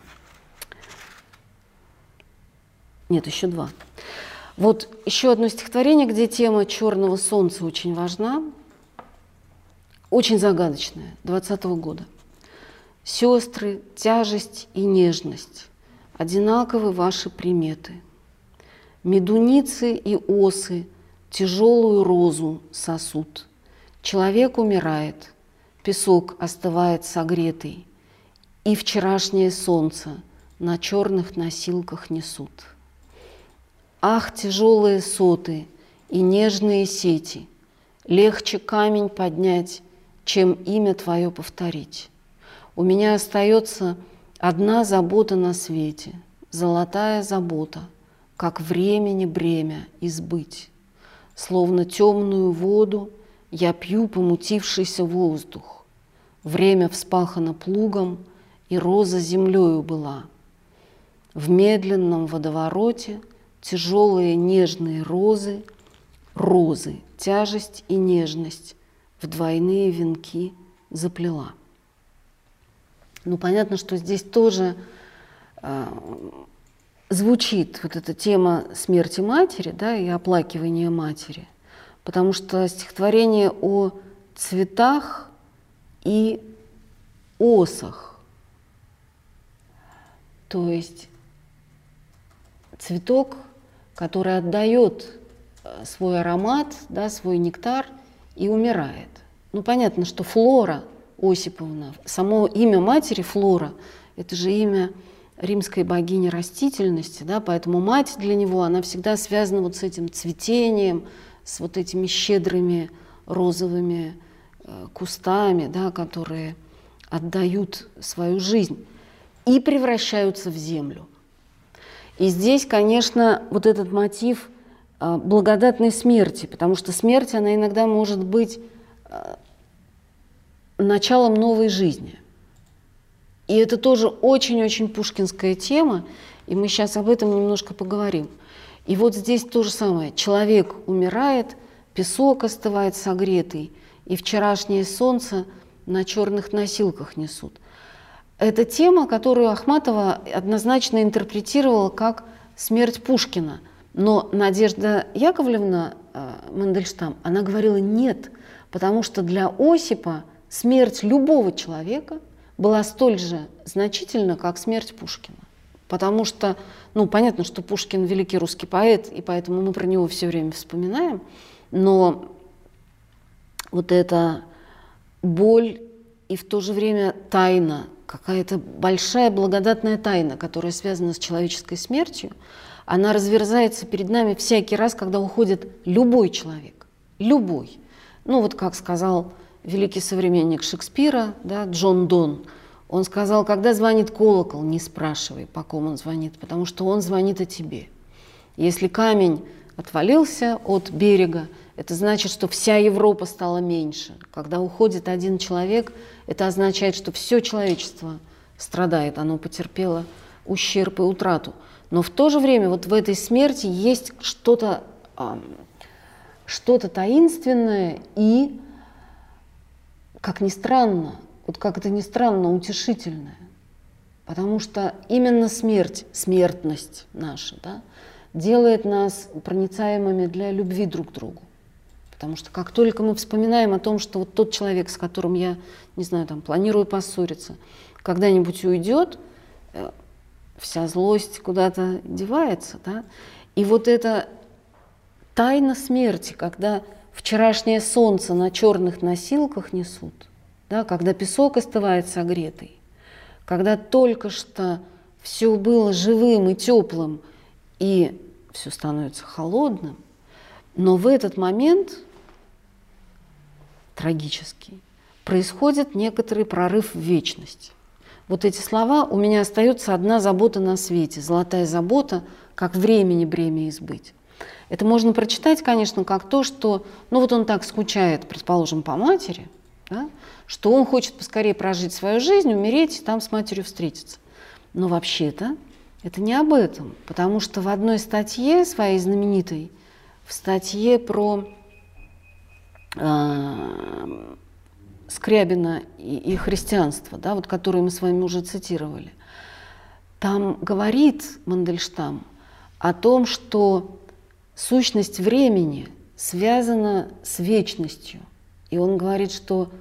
Нет, еще два. Вот еще одно стихотворение, где тема черного солнца очень важна, очень загадочная, 20-го года. «Сестры, тяжесть и нежность, одинаковы ваши приметы. Медуницы и осы тяжелую розу сосут. Человек умирает, песок остывает согретый, и вчерашнее солнце на черных носилках несут. Ах, тяжелые соты и нежные сети, легче камень поднять, чем имя твое повторить. У меня остается одна забота на свете, золотая забота, как времени бремя избыть. Словно темную воду я пью помутившийся воздух. Время вспахано плугом, и роза землею была. В медленном водовороте тяжелые нежные розы, тяжесть и нежность в двойные венки заплела». Ну, понятно, что здесь тоже звучит вот эта тема смерти матери, да, и оплакивания матери, потому что стихотворение о цветах и осах, то есть цветок, который отдает свой аромат, да, свой нектар и умирает. Ну, понятно, что Флора Осиповна, само имя матери Флора, это же имя римской богини растительности, да, поэтому мать для него, она всегда связана вот с этим цветением, с вот этими щедрыми розовыми кустами, да, которые отдают свою жизнь и превращаются в землю. И здесь, конечно, вот этот мотив благодатной смерти, потому что смерть, она иногда может быть началом новой жизни. И это тоже очень-очень пушкинская тема, и мы сейчас об этом немножко поговорим. И вот здесь то же самое. Человек умирает, песок остывает согретый, и вчерашнее солнце на черных носилках несут. Это тема, которую Ахматова однозначно интерпретировала как смерть Пушкина. Но Надежда Яковлевна Мандельштам, она говорила нет, потому что для Осипа смерть любого человека была столь же значительна, как смерть Пушкина. Потому что, ну, понятно, что Пушкин великий русский поэт, и поэтому мы про него все время вспоминаем, но вот эта боль и в то же время тайна, какая-то большая благодатная тайна, которая связана с человеческой смертью, она разверзается перед нами всякий раз, когда уходит любой человек. Любой. Ну вот как сказал великий современник Шекспира, да, Джон Донн, он сказал, когда звонит колокол, не спрашивай, по ком он звонит, потому что он звонит о тебе. Если камень отвалился от берега, это значит, что вся Европа стала меньше. Когда уходит один человек, это означает, что все человечество страдает, оно потерпело ущерб и утрату. Но в то же время вот в этой смерти есть что-то таинственное и, как ни странно, вот как это ни странно, утешительное. Потому что именно смерть, смертность наша, да, делает нас проницаемыми для любви друг к другу. Потому что как только мы вспоминаем о том, что вот тот человек, с которым я, не знаю, там, планирую поссориться, когда-нибудь уйдет, вся злость куда-то девается, да? И вот эта тайна смерти, когда вчерашнее солнце на черных носилках несут, да, когда песок остывает согретый, когда только что все было живым и теплым, и все становится холодным, но в этот момент трагический происходит некоторый прорыв в вечность. Вот эти слова: «У меня остается одна забота на свете, золотая забота, как времени бремя избыть». Это можно прочитать, конечно, как то, что, ну вот он так скучает, предположим, по матери, да, что он хочет поскорее прожить свою жизнь, умереть и там с матерью встретиться. Но вообще-то это не об этом, потому что в одной статье своей знаменитой, в статье про Скрябина и христианство, да, вот, которую мы с вами уже цитировали, там говорит Мандельштам о том, что сущность времени связана с вечностью. И он говорит, что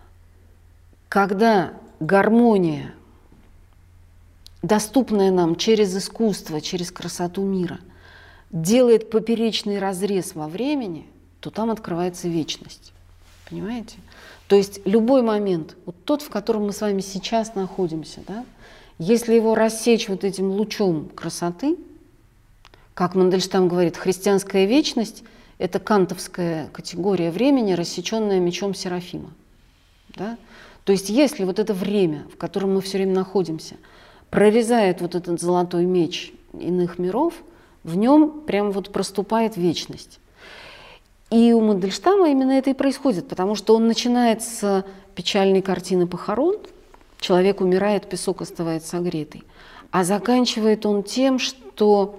когда гармония, доступная нам через искусство, через красоту мира, делает поперечный разрез во времени, то там открывается вечность. Понимаете? То есть любой момент, вот тот, в котором мы с вами сейчас находимся, да, если его рассечь вот этим лучом красоты, как Мандельштам говорит, христианская вечность – это кантовская категория времени, рассеченная мечом Серафима. Да? То есть если вот это время, в котором мы все время находимся, прорезает вот этот золотой меч иных миров, в нем прям вот проступает вечность. И у Мандельштама именно это и происходит, потому что он начинает с печальной картины похорон, человек умирает, песок остывает согретый, а заканчивает он тем, что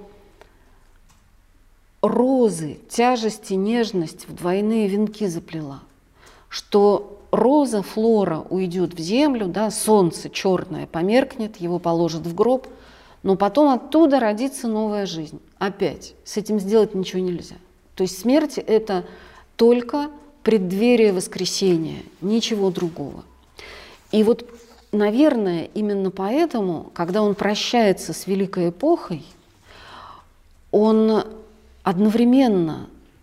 розы, тяжесть и нежность в двойные венки заплела, что роза, флора уйдет в землю, да, солнце черное померкнет, его положат в гроб, но потом оттуда родится новая жизнь. Опять, с этим сделать ничего нельзя. То есть смерть – это только преддверие воскресения, ничего другого. И вот, наверное, именно поэтому, когда он прощается с великой эпохой, он одновременно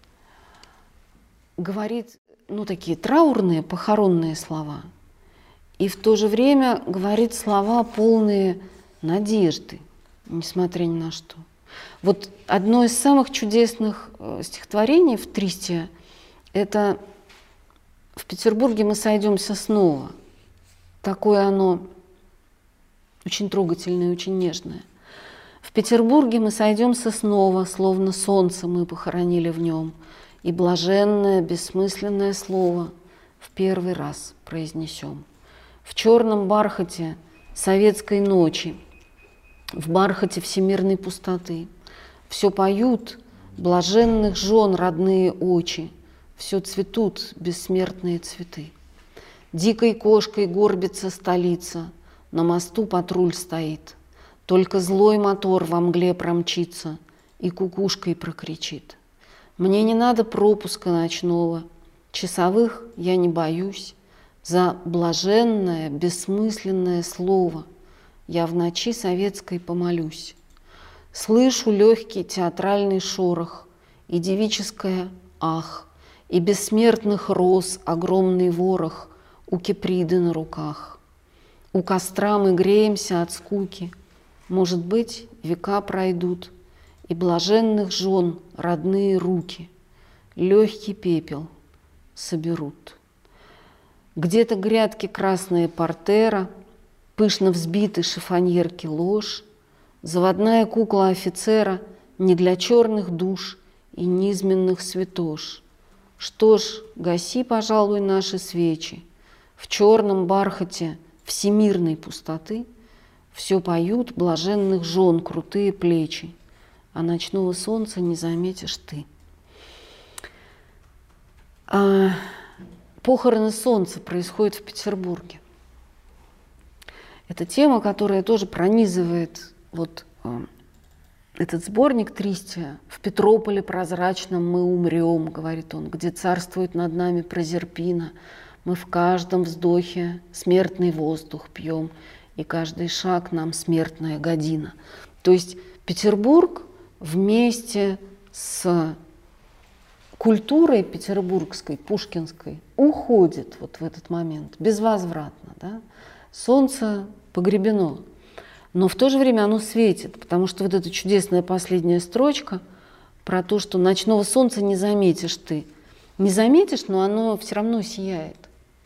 говорит, ну, такие траурные, похоронные слова, и в то же время говорит слова, полные надежды, несмотря ни на что. Вот одно из самых чудесных стихотворений в Тристе – это «В Петербурге мы сойдемся снова». Такое оно очень трогательное, очень нежное. «В Петербурге мы сойдемся снова, словно солнце мы похоронили в нем, и блаженное, бессмысленное слово в первый раз произнесем. В черном бархате советской ночи, в бархате всемирной пустоты все поют блаженных жен родные очи, все цветут бессмертные цветы. Дикой кошкой горбится столица, на мосту патруль стоит, только злой мотор во мгле промчится и кукушкой прокричит. Мне не надо пропуска ночного, часовых я не боюсь, за блаженное, бессмысленное слово я в ночи советской помолюсь. Слышу легкий театральный шорох и девическое «ах», и бессмертных роз огромный ворох у Киприды на руках. У костра мы греемся от скуки, может быть, века пройдут, и блаженных жен родные руки легкий пепел соберут. Где-то грядки красные портера, пышно взбиты шифоньерки ложь, заводная кукла офицера не для черных душ и низменных святош. Что ж, гаси, пожалуй, наши свечи, в черном бархате всемирной пустоты все поют блаженных жен крутые плечи, а ночного солнца не заметишь ты. Похороны солнца происходят в Петербурге. Это тема, которая тоже пронизывает этот сборник Тристия. «В Петрополе прозрачном мы умрем», говорит он, «где царствует над нами Прозерпина. Мы в каждом вздохе смертный воздух пьем, и каждый шаг нам смертная година». То есть Петербург вместе с культурой петербургской, пушкинской, уходит вот в этот момент безвозвратно. Да? Солнце погребено, но в то же время оно светит, потому что вот эта чудесная последняя строчка про то, что ночного солнца не заметишь ты. Не заметишь, но оно все равно сияет.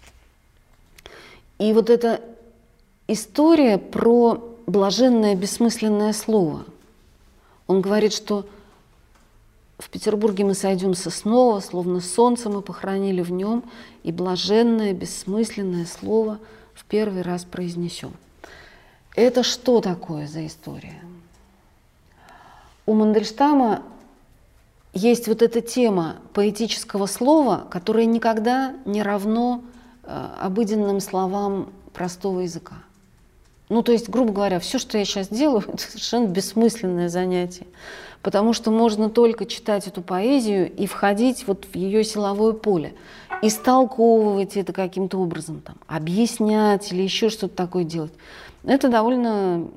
И вот эта история про блаженное бессмысленное слово. Он говорит, что в Петербурге мы сойдемся снова, словно солнце мы похоронили в нем, и блаженное бессмысленное слово в первый раз произнесем. Это что такое за история? У Мандельштама есть вот эта тема поэтического слова, которое никогда не равно обыденным словам простого языка. Ну, то есть, грубо говоря, все, что я сейчас делаю, это совершенно бессмысленное занятие, потому что можно только читать эту поэзию и входить вот в ее силовое поле, истолковывать это каким-то образом, там, объяснять или еще что-то такое делать. Это довольно,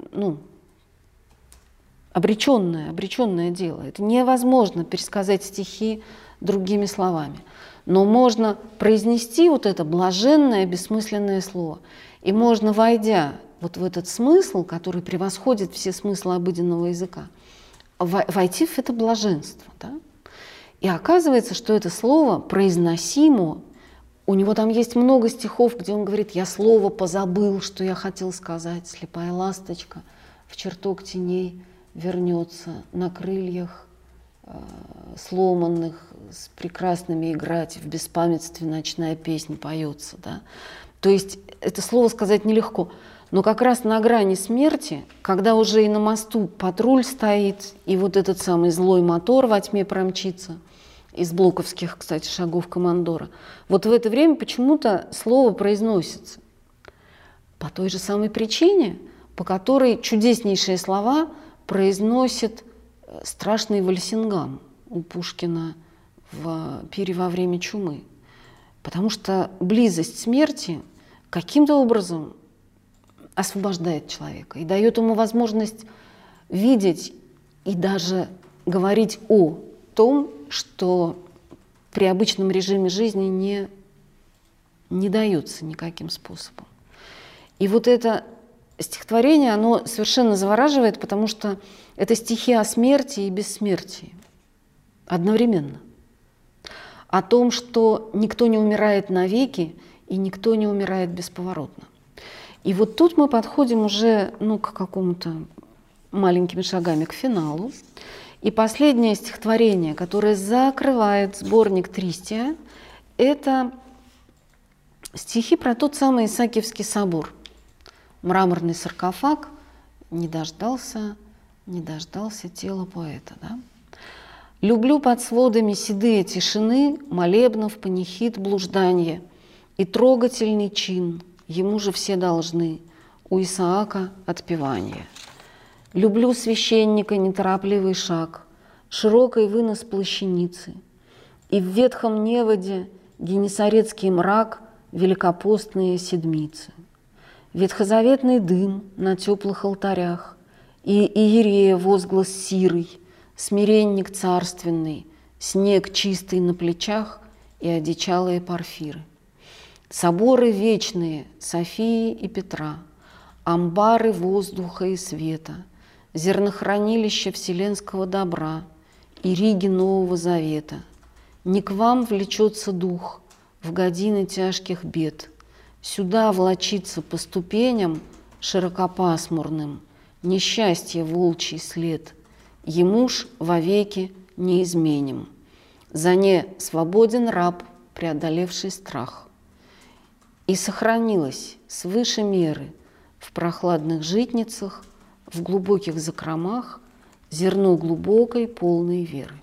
обреченное дело. Это невозможно пересказать стихи другими словами. Но можно произнести вот это блаженное, бессмысленное слово. И можно, войдя вот в этот смысл, который превосходит все смыслы обыденного языка, войти в это блаженство. Да? И оказывается, что это слово произносимо. У него там есть много стихов, где он говорит: «Я слово позабыл, что я хотел сказать. Слепая ласточка в чертог теней вернется на крыльях сломанных, с прекрасными играть, в беспамятстве ночная песня поется». Да? То есть это слово сказать нелегко. Но как раз на грани смерти, когда уже и на мосту патруль стоит, и вот этот самый злой мотор во тьме промчится, из блоковских, кстати, шагов командора, вот в это время почему-то слово произносится. По той же самой причине, по которой чудеснейшие слова произносит страшный Вальсингам у Пушкина в «Пире во время чумы». Потому что близость смерти каким-то образом освобождает человека и дает ему возможность видеть и даже говорить о том, что при обычном режиме жизни не дается никаким способом. И вот это стихотворение, оно совершенно завораживает, потому что это стихи о смерти и бессмертии одновременно. О том, что никто не умирает навеки и никто не умирает бесповоротно. И вот тут мы подходим уже к какому-то маленькими шагами к финалу. И последнее стихотворение, которое закрывает сборник Тристия, это стихи про тот самый Исаакиевский собор. Мраморный саркофаг не дождался тела поэта. Да? Люблю под сводами седые тишины, молебнов, панихид, блужданье, и трогательный чин, ему же все должны, у Исаака отпевание. Люблю священника неторопливый шаг, широкий вынос плащаницы, и в ветхом неводе генесарецкий мрак, великопостные седмицы. Ветхозаветный дым на теплых алтарях, и иерея возглас сирый, смиренник царственный, снег чистый на плечах и одичалые порфиры. Соборы вечные Софии и Петра, амбары воздуха и света, зернохранилища вселенского добра и риги Нового Завета. Не к вам влечется дух в годины тяжких бед, сюда влочится по ступеням широкопасмурным несчастье волчий след, ему ж вовеки не изменим. За не свободен раб, преодолевший страх. И сохранилось свыше меры в прохладных житницах, в глубоких закромах зерно глубокой полной веры.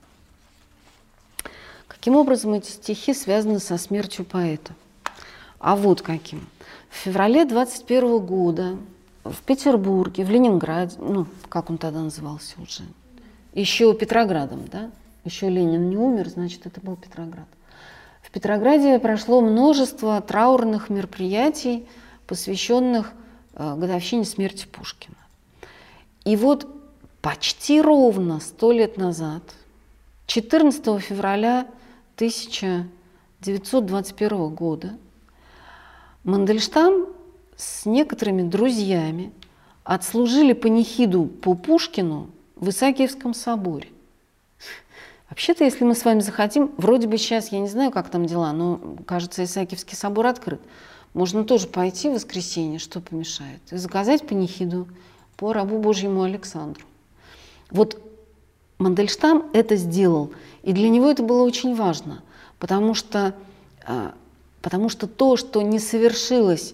Каким образом эти стихи связаны со смертью поэта? А вот каким. В феврале 21 года в Петербурге, в Ленинграде, ну, как он тогда назывался уже, еще Петроградом, да? Еще Ленин не умер, значит, это был Петроград. В Петрограде прошло множество траурных мероприятий, посвященных годовщине смерти Пушкина. И вот почти ровно 100 лет назад, 14 февраля 1921 года, Мандельштам с некоторыми друзьями отслужили панихиду по Пушкину в Исаакиевском соборе. Вообще-то, если мы с вами захотим, вроде бы сейчас, я не знаю, как там дела, но, кажется, Исаакиевский собор открыт. Можно тоже пойти в воскресенье, что помешает, и заказать панихиду по рабу Божьему Александру. Вот Мандельштам это сделал, и для него это было очень важно, потому что то, что не совершилось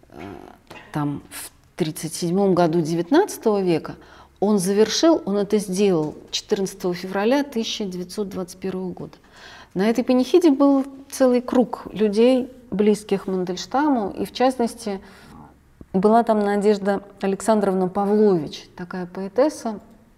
там, в 1937 году XIX века, он завершил, он это сделал 14 февраля 1921 года. На этой панихиде был целый круг людей, близких Мандельштаму, и в частности была там Надежда Александровна Павлович, такая поэтесса.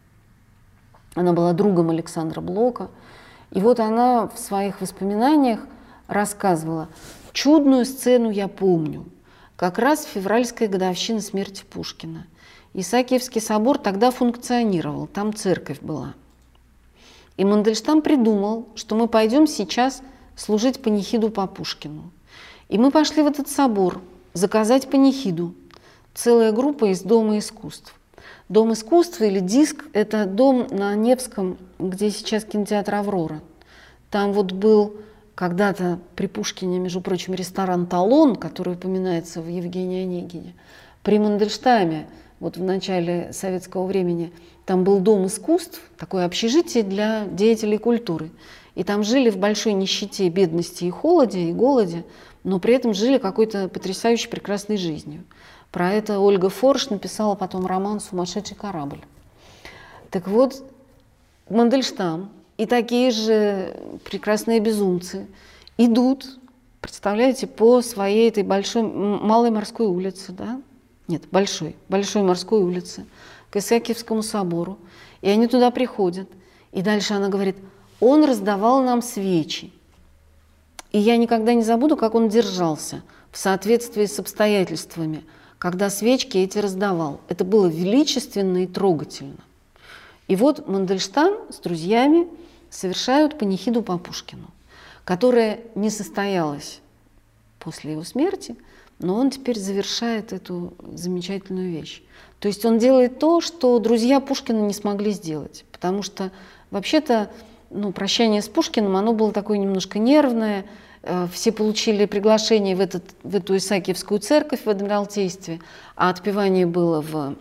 Она была другом Александра Блока. И вот она в своих воспоминаниях рассказывала: «Чудную сцену я помню. Как раз февральская годовщина смерти Пушкина. Исаакиевский собор тогда функционировал, там церковь была. И Мандельштам придумал, что мы пойдем сейчас служить панихиду по Пушкину. И мы пошли в этот собор заказать панихиду. Целая группа из Дома искусств. Дом искусств или ДИСК – это дом на Невском, где сейчас кинотеатр «Аврора». Там вот был когда-то при Пушкине, между прочим, ресторан «Талон», который упоминается в Евгении Онегине. При Мандельштаме, вот в начале советского времени, там был Дом искусств, такое общежитие для деятелей культуры. И там жили в большой нищете, бедности и холоде, и голоде, но при этом жили какой-то потрясающей прекрасной жизнью. Про это Ольга Форш написала потом роман «Сумасшедший корабль». Так вот, Мандельштам и такие же прекрасные безумцы идут, представляете, по своей этой большой, малой морской улице, да? Нет, большой морской улице, к Исаакиевскому собору. И они туда приходят. И дальше она говорит: он раздавал нам свечи. И я никогда не забуду, как он держался в соответствии с обстоятельствами, когда свечки эти раздавал. Это было величественно и трогательно. И вот Мандельштам с друзьями совершают панихиду по Пушкину, которая не состоялась после его смерти, но он теперь завершает эту замечательную вещь. То есть он делает то, что друзья Пушкина не смогли сделать, потому что вообще-то прощание с Пушкиным, оно было такое немножко нервное. Все получили приглашение в эту Исаакиевскую церковь в Адмиралтействе, а отпевание было в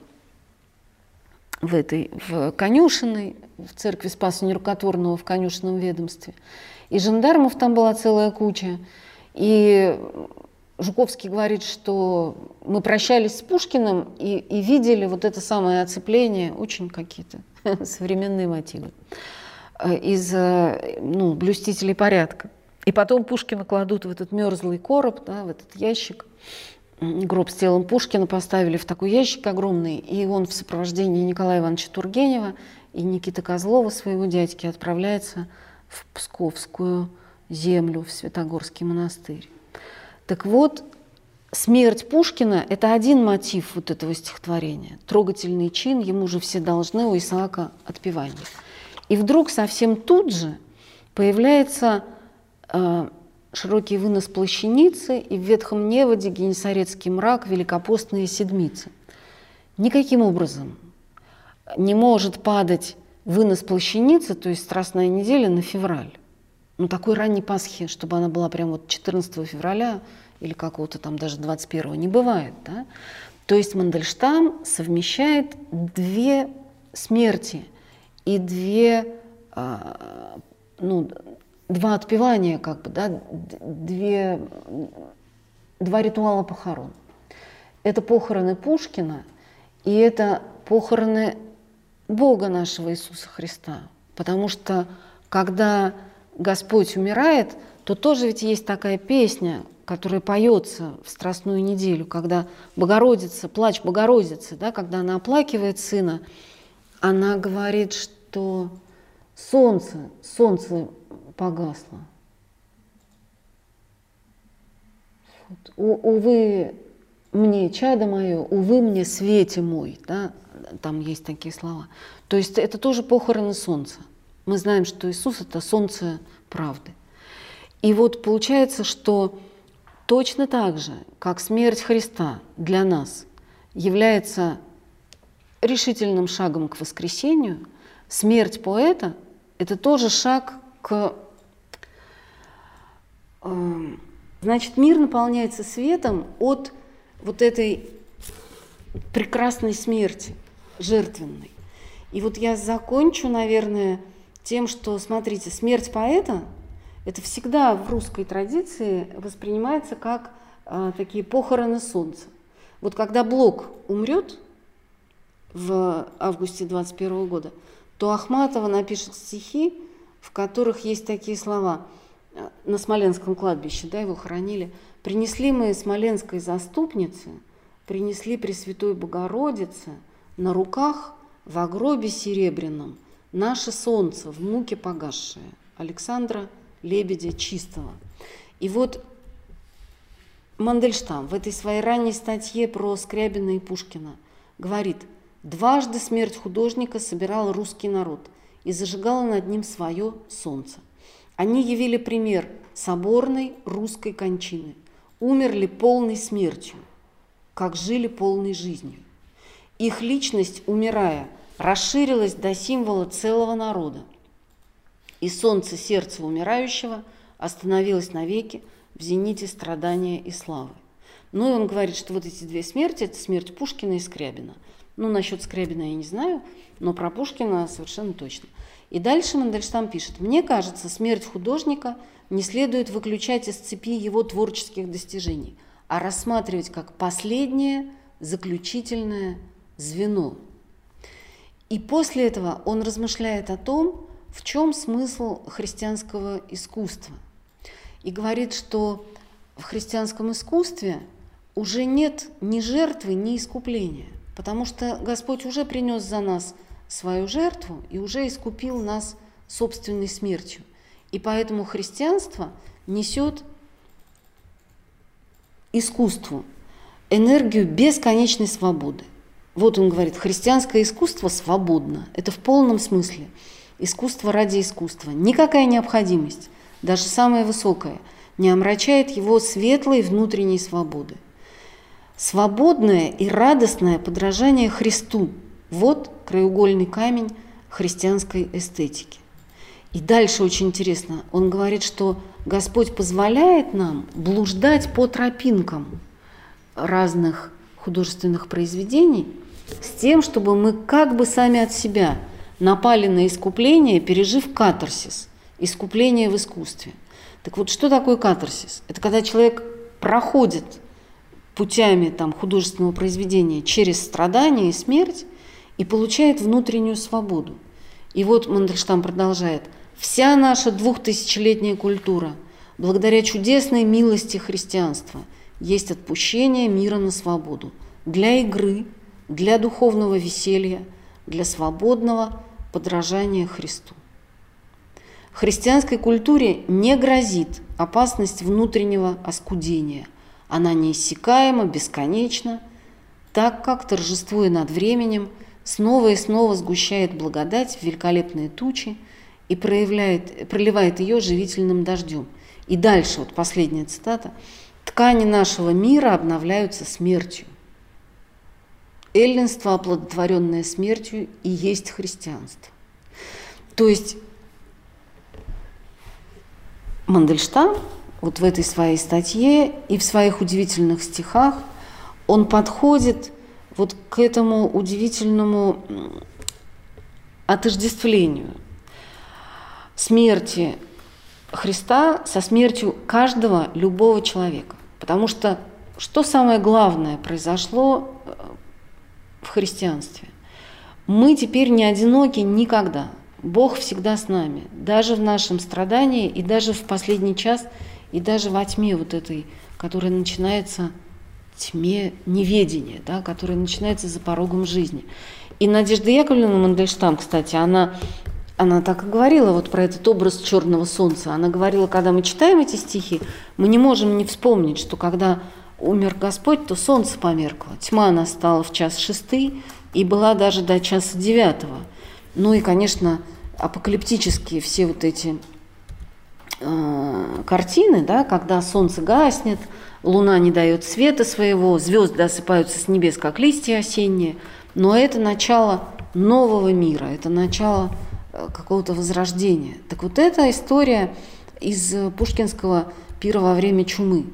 конюшенной, в церкви Спаса Нерукотворного в конюшенном ведомстве. И жандармов там была целая куча. И Жуковский говорит, что мы прощались с Пушкиным и видели вот это самое оцепление, очень какие-то современные мотивы из «Блюстителей порядка». И потом Пушкина кладут в этот мерзлый короб, да, в этот ящик. Гроб с телом Пушкина поставили в такой ящик огромный, и он в сопровождении Николая Ивановича Тургенева и Никиты Козлова, своего дядьки, отправляется в Псковскую землю, в Святогорский монастырь. Так вот, смерть Пушкина – это один мотив вот этого стихотворения. Трогательный чин, ему же все должны, у Исаака отпевание. И вдруг совсем тут же появляется широкий вынос плащаницы и в ветхом неводе Генесарецкий мрак, великопостные седмицы. Никаким образом не может падать вынос плащаницы, то есть Страстная неделя, на февраль. Ну, такой ранней Пасхи, чтобы она была прям вот 14 февраля или какого-то там даже 21-го, не бывает. Да? То есть Мандельштам совмещает две смерти и два отпевания, как бы, да, два ритуала похорон. Это похороны Пушкина и это похороны Бога нашего Иисуса Христа. Потому что когда Господь умирает, то тоже ведь есть такая песня, которая поется в Страстную неделю, когда Богородица, плач Богородицы, да, когда она оплакивает сына, она говорит, что солнце погасло. Увы мне, чадо мое, увы мне, свете мой. Да? Там есть такие слова. То есть это тоже похороны солнца. Мы знаем, что Иисус – это солнце правды. И вот получается, что точно так же, как смерть Христа для нас является решительным шагом к воскресению, смерть поэта – это тоже шаг к… Значит, мир наполняется светом от вот этой прекрасной смерти, жертвенной. И вот я закончу, наверное, тем, что, смотрите, смерть поэта – это всегда в русской традиции воспринимается как такие похороны солнца. Вот когда Блок умрет в августе 21 года, то Ахматова напишет стихи, в которых есть такие слова. На Смоленском кладбище, да, его хоронили. «Принесли мы смоленской заступнице, принесли Пресвятой Богородице на руках во гробе серебряном наше солнце в муке погасшее». Александра Лебедя Чистого. И вот Мандельштам в этой своей ранней статье про Скрябина и Пушкина говорит: «Дважды смерть художника собирала русский народ и зажигала над ним свое солнце. Они явили пример соборной русской кончины, умерли полной смертью, как жили полной жизнью. Их личность, умирая, расширилась до символа целого народа, и солнце сердца умирающего остановилось навеки в зените страдания и славы». Ну и он говорит, что вот эти две смерти – это смерть Пушкина и Скрябина. Ну, насчет Скрябина я не знаю, но про Пушкина совершенно точно. И дальше Мандельштам пишет: «Мне кажется, смерть художника не следует выключать из цепи его творческих достижений, а рассматривать как последнее, заключительное звено». И после этого он размышляет о том, в чем смысл христианского искусства. И говорит, что в христианском искусстве уже нет ни жертвы, ни искупления, потому что Господь уже принес за нас свою жертву и уже искупил нас собственной смертью. И поэтому христианство несет искусству энергию бесконечной свободы. Вот он говорит, христианское искусство свободно. Это в полном смысле. Искусство ради искусства. Никакая необходимость, даже самая высокая, не омрачает его светлой внутренней свободы. Свободное и радостное подражание Христу – вот краеугольный камень христианской эстетики. И дальше очень интересно. Он говорит, что Господь позволяет нам блуждать по тропинкам разных художественных произведений с тем, чтобы мы как бы сами от себя напали на искупление, пережив катарсис, искупление в искусстве. Так вот, что такое катарсис? Это когда человек проходит путями там, художественного произведения через страдания и смерть и получает внутреннюю свободу. И вот Мандельштам продолжает. «Вся наша 2000-летняя культура, благодаря чудесной милости христианства, есть отпущение мира на свободу для игры, для духовного веселья, для свободного подражания Христу. Христианской культуре не грозит опасность внутреннего оскудения. Она неиссякаема, бесконечна, так как, торжествуя над временем, снова и снова сгущает благодать в великолепные тучи и проливает ее живительным дождем». И дальше, вот последняя цитата. «Ткани нашего мира обновляются смертью. Эллинство, оплодотворенное смертью, и есть христианство». То есть Мандельштам вот в этой своей статье и в своих удивительных стихах он подходит вот к этому удивительному отождествлению смерти Христа со смертью каждого любого человека. Потому что самое главное произошло в христианстве? Мы теперь не одиноки никогда. Бог всегда с нами, даже в нашем страдании, и даже в последний час, и даже во тьме вот этой, которая начинается, тьме неведения, да, которая начинается за порогом жизни. И Надежда Яковлевна Мандельштам, кстати, она так и говорила вот про этот образ черного солнца. Она говорила, когда мы читаем эти стихи, мы не можем не вспомнить, что когда умер Господь, то солнце померкло, тьма настала в 1:06 и была даже до 1:09. Ну и, конечно, апокалиптические все вот эти картины, да, когда солнце гаснет, луна не дает света своего, звезды осыпаются с небес, как листья осенние. Но это начало нового мира, это начало какого-то возрождения. Так вот эта история из пушкинского «Пира во время чумы».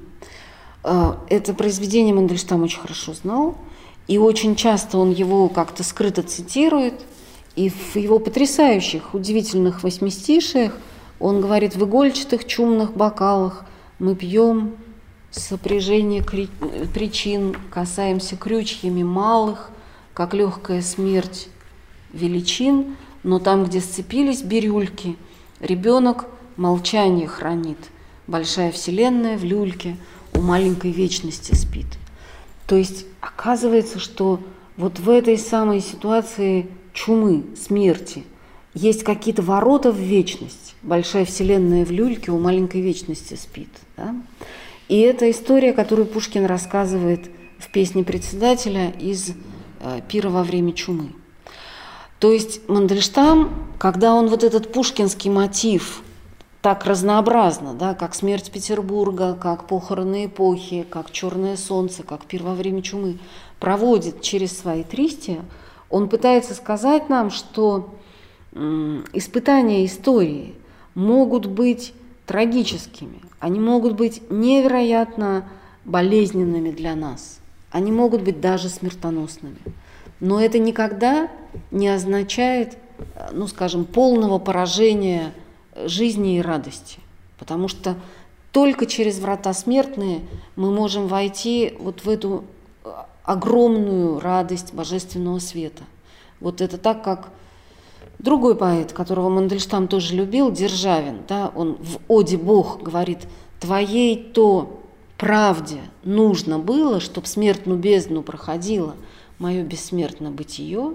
Это произведение Мандельштам очень хорошо знал, и очень часто он его как-то скрыто цитирует. И в его потрясающих, удивительных восьмистишиях он говорит: «В игольчатых чумных бокалах мы пьем сопряжение причин, касаемся крючьями малых, как легкая смерть величин, но там, где сцепились бирюльки, ребенок молчание хранит, большая вселенная в люльке у маленькой вечности спит». То есть оказывается, что вот в этой самой ситуации чумы, смерти, есть какие-то ворота в вечность. Большая вселенная в люльке у маленькой вечности спит. Да? И это история, которую Пушкин рассказывает в «Песне председателя» из «Пира во время чумы». То есть Мандельштам, когда он вот этот пушкинский мотив так разнообразно, да, как «Смерть Петербурга», как «Похороны эпохи», как «Черное солнце», как «Пир во время чумы», проводит через свои тристия, он пытается сказать нам, что испытания истории могут быть трагическими, они могут быть невероятно болезненными для нас, они могут быть даже смертоносными. Но это никогда не означает, ну, скажем, полного поражения жизни и радости, потому что только через врата смертные мы можем войти вот в эту огромную радость божественного света. Вот это так, как другой поэт, которого Мандельштам тоже любил, Державин, да, он в «Оде Бог» говорит: «Твоей-то правде нужно было, чтоб смертную бездну проходила мое бессмертное бытие,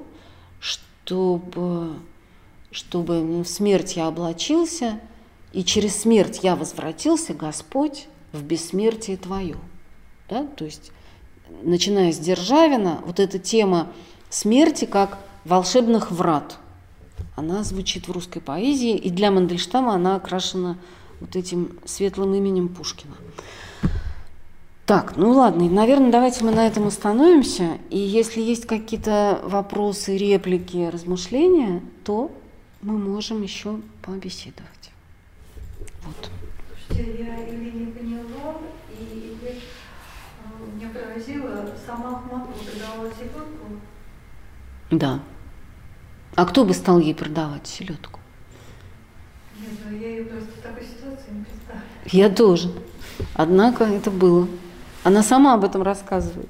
чтобы в смерть я облачился, и через смерть я возвратился, Господь, в бессмертие Твое». Да? То есть, начиная с Державина, вот эта тема смерти как волшебных врат, она звучит в русской поэзии, и для Мандельштама она окрашена вот этим светлым именем Пушкина. Так, ну ладно, наверное, давайте мы на этом остановимся, и если есть какие-то вопросы, реплики, размышления, то мы можем еще побеседовать. Вот. Слушайте, я или не поняла, и меня поразило, сама Ахматова продавала селедку. Да. А кто бы стал ей продавать селедку? Нет, я ее просто в такой ситуации не представляю. Я тоже. Однако это было. Она сама об этом рассказывает.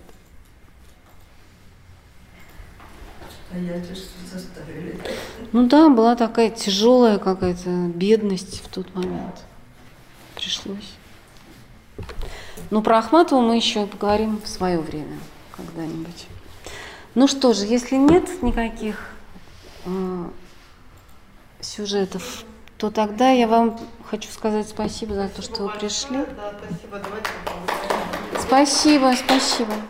А я что заставили. Ну да, была такая тяжелая какая-то бедность в тот момент. Пришлось. Но про Ахматову мы еще поговорим в свое время когда-нибудь. Ну что же, если нет никаких сюжетов, то тогда я вам хочу сказать спасибо за то, что вы пришли. Да, спасибо. Давайте поговорим. Спасибо, спасибо.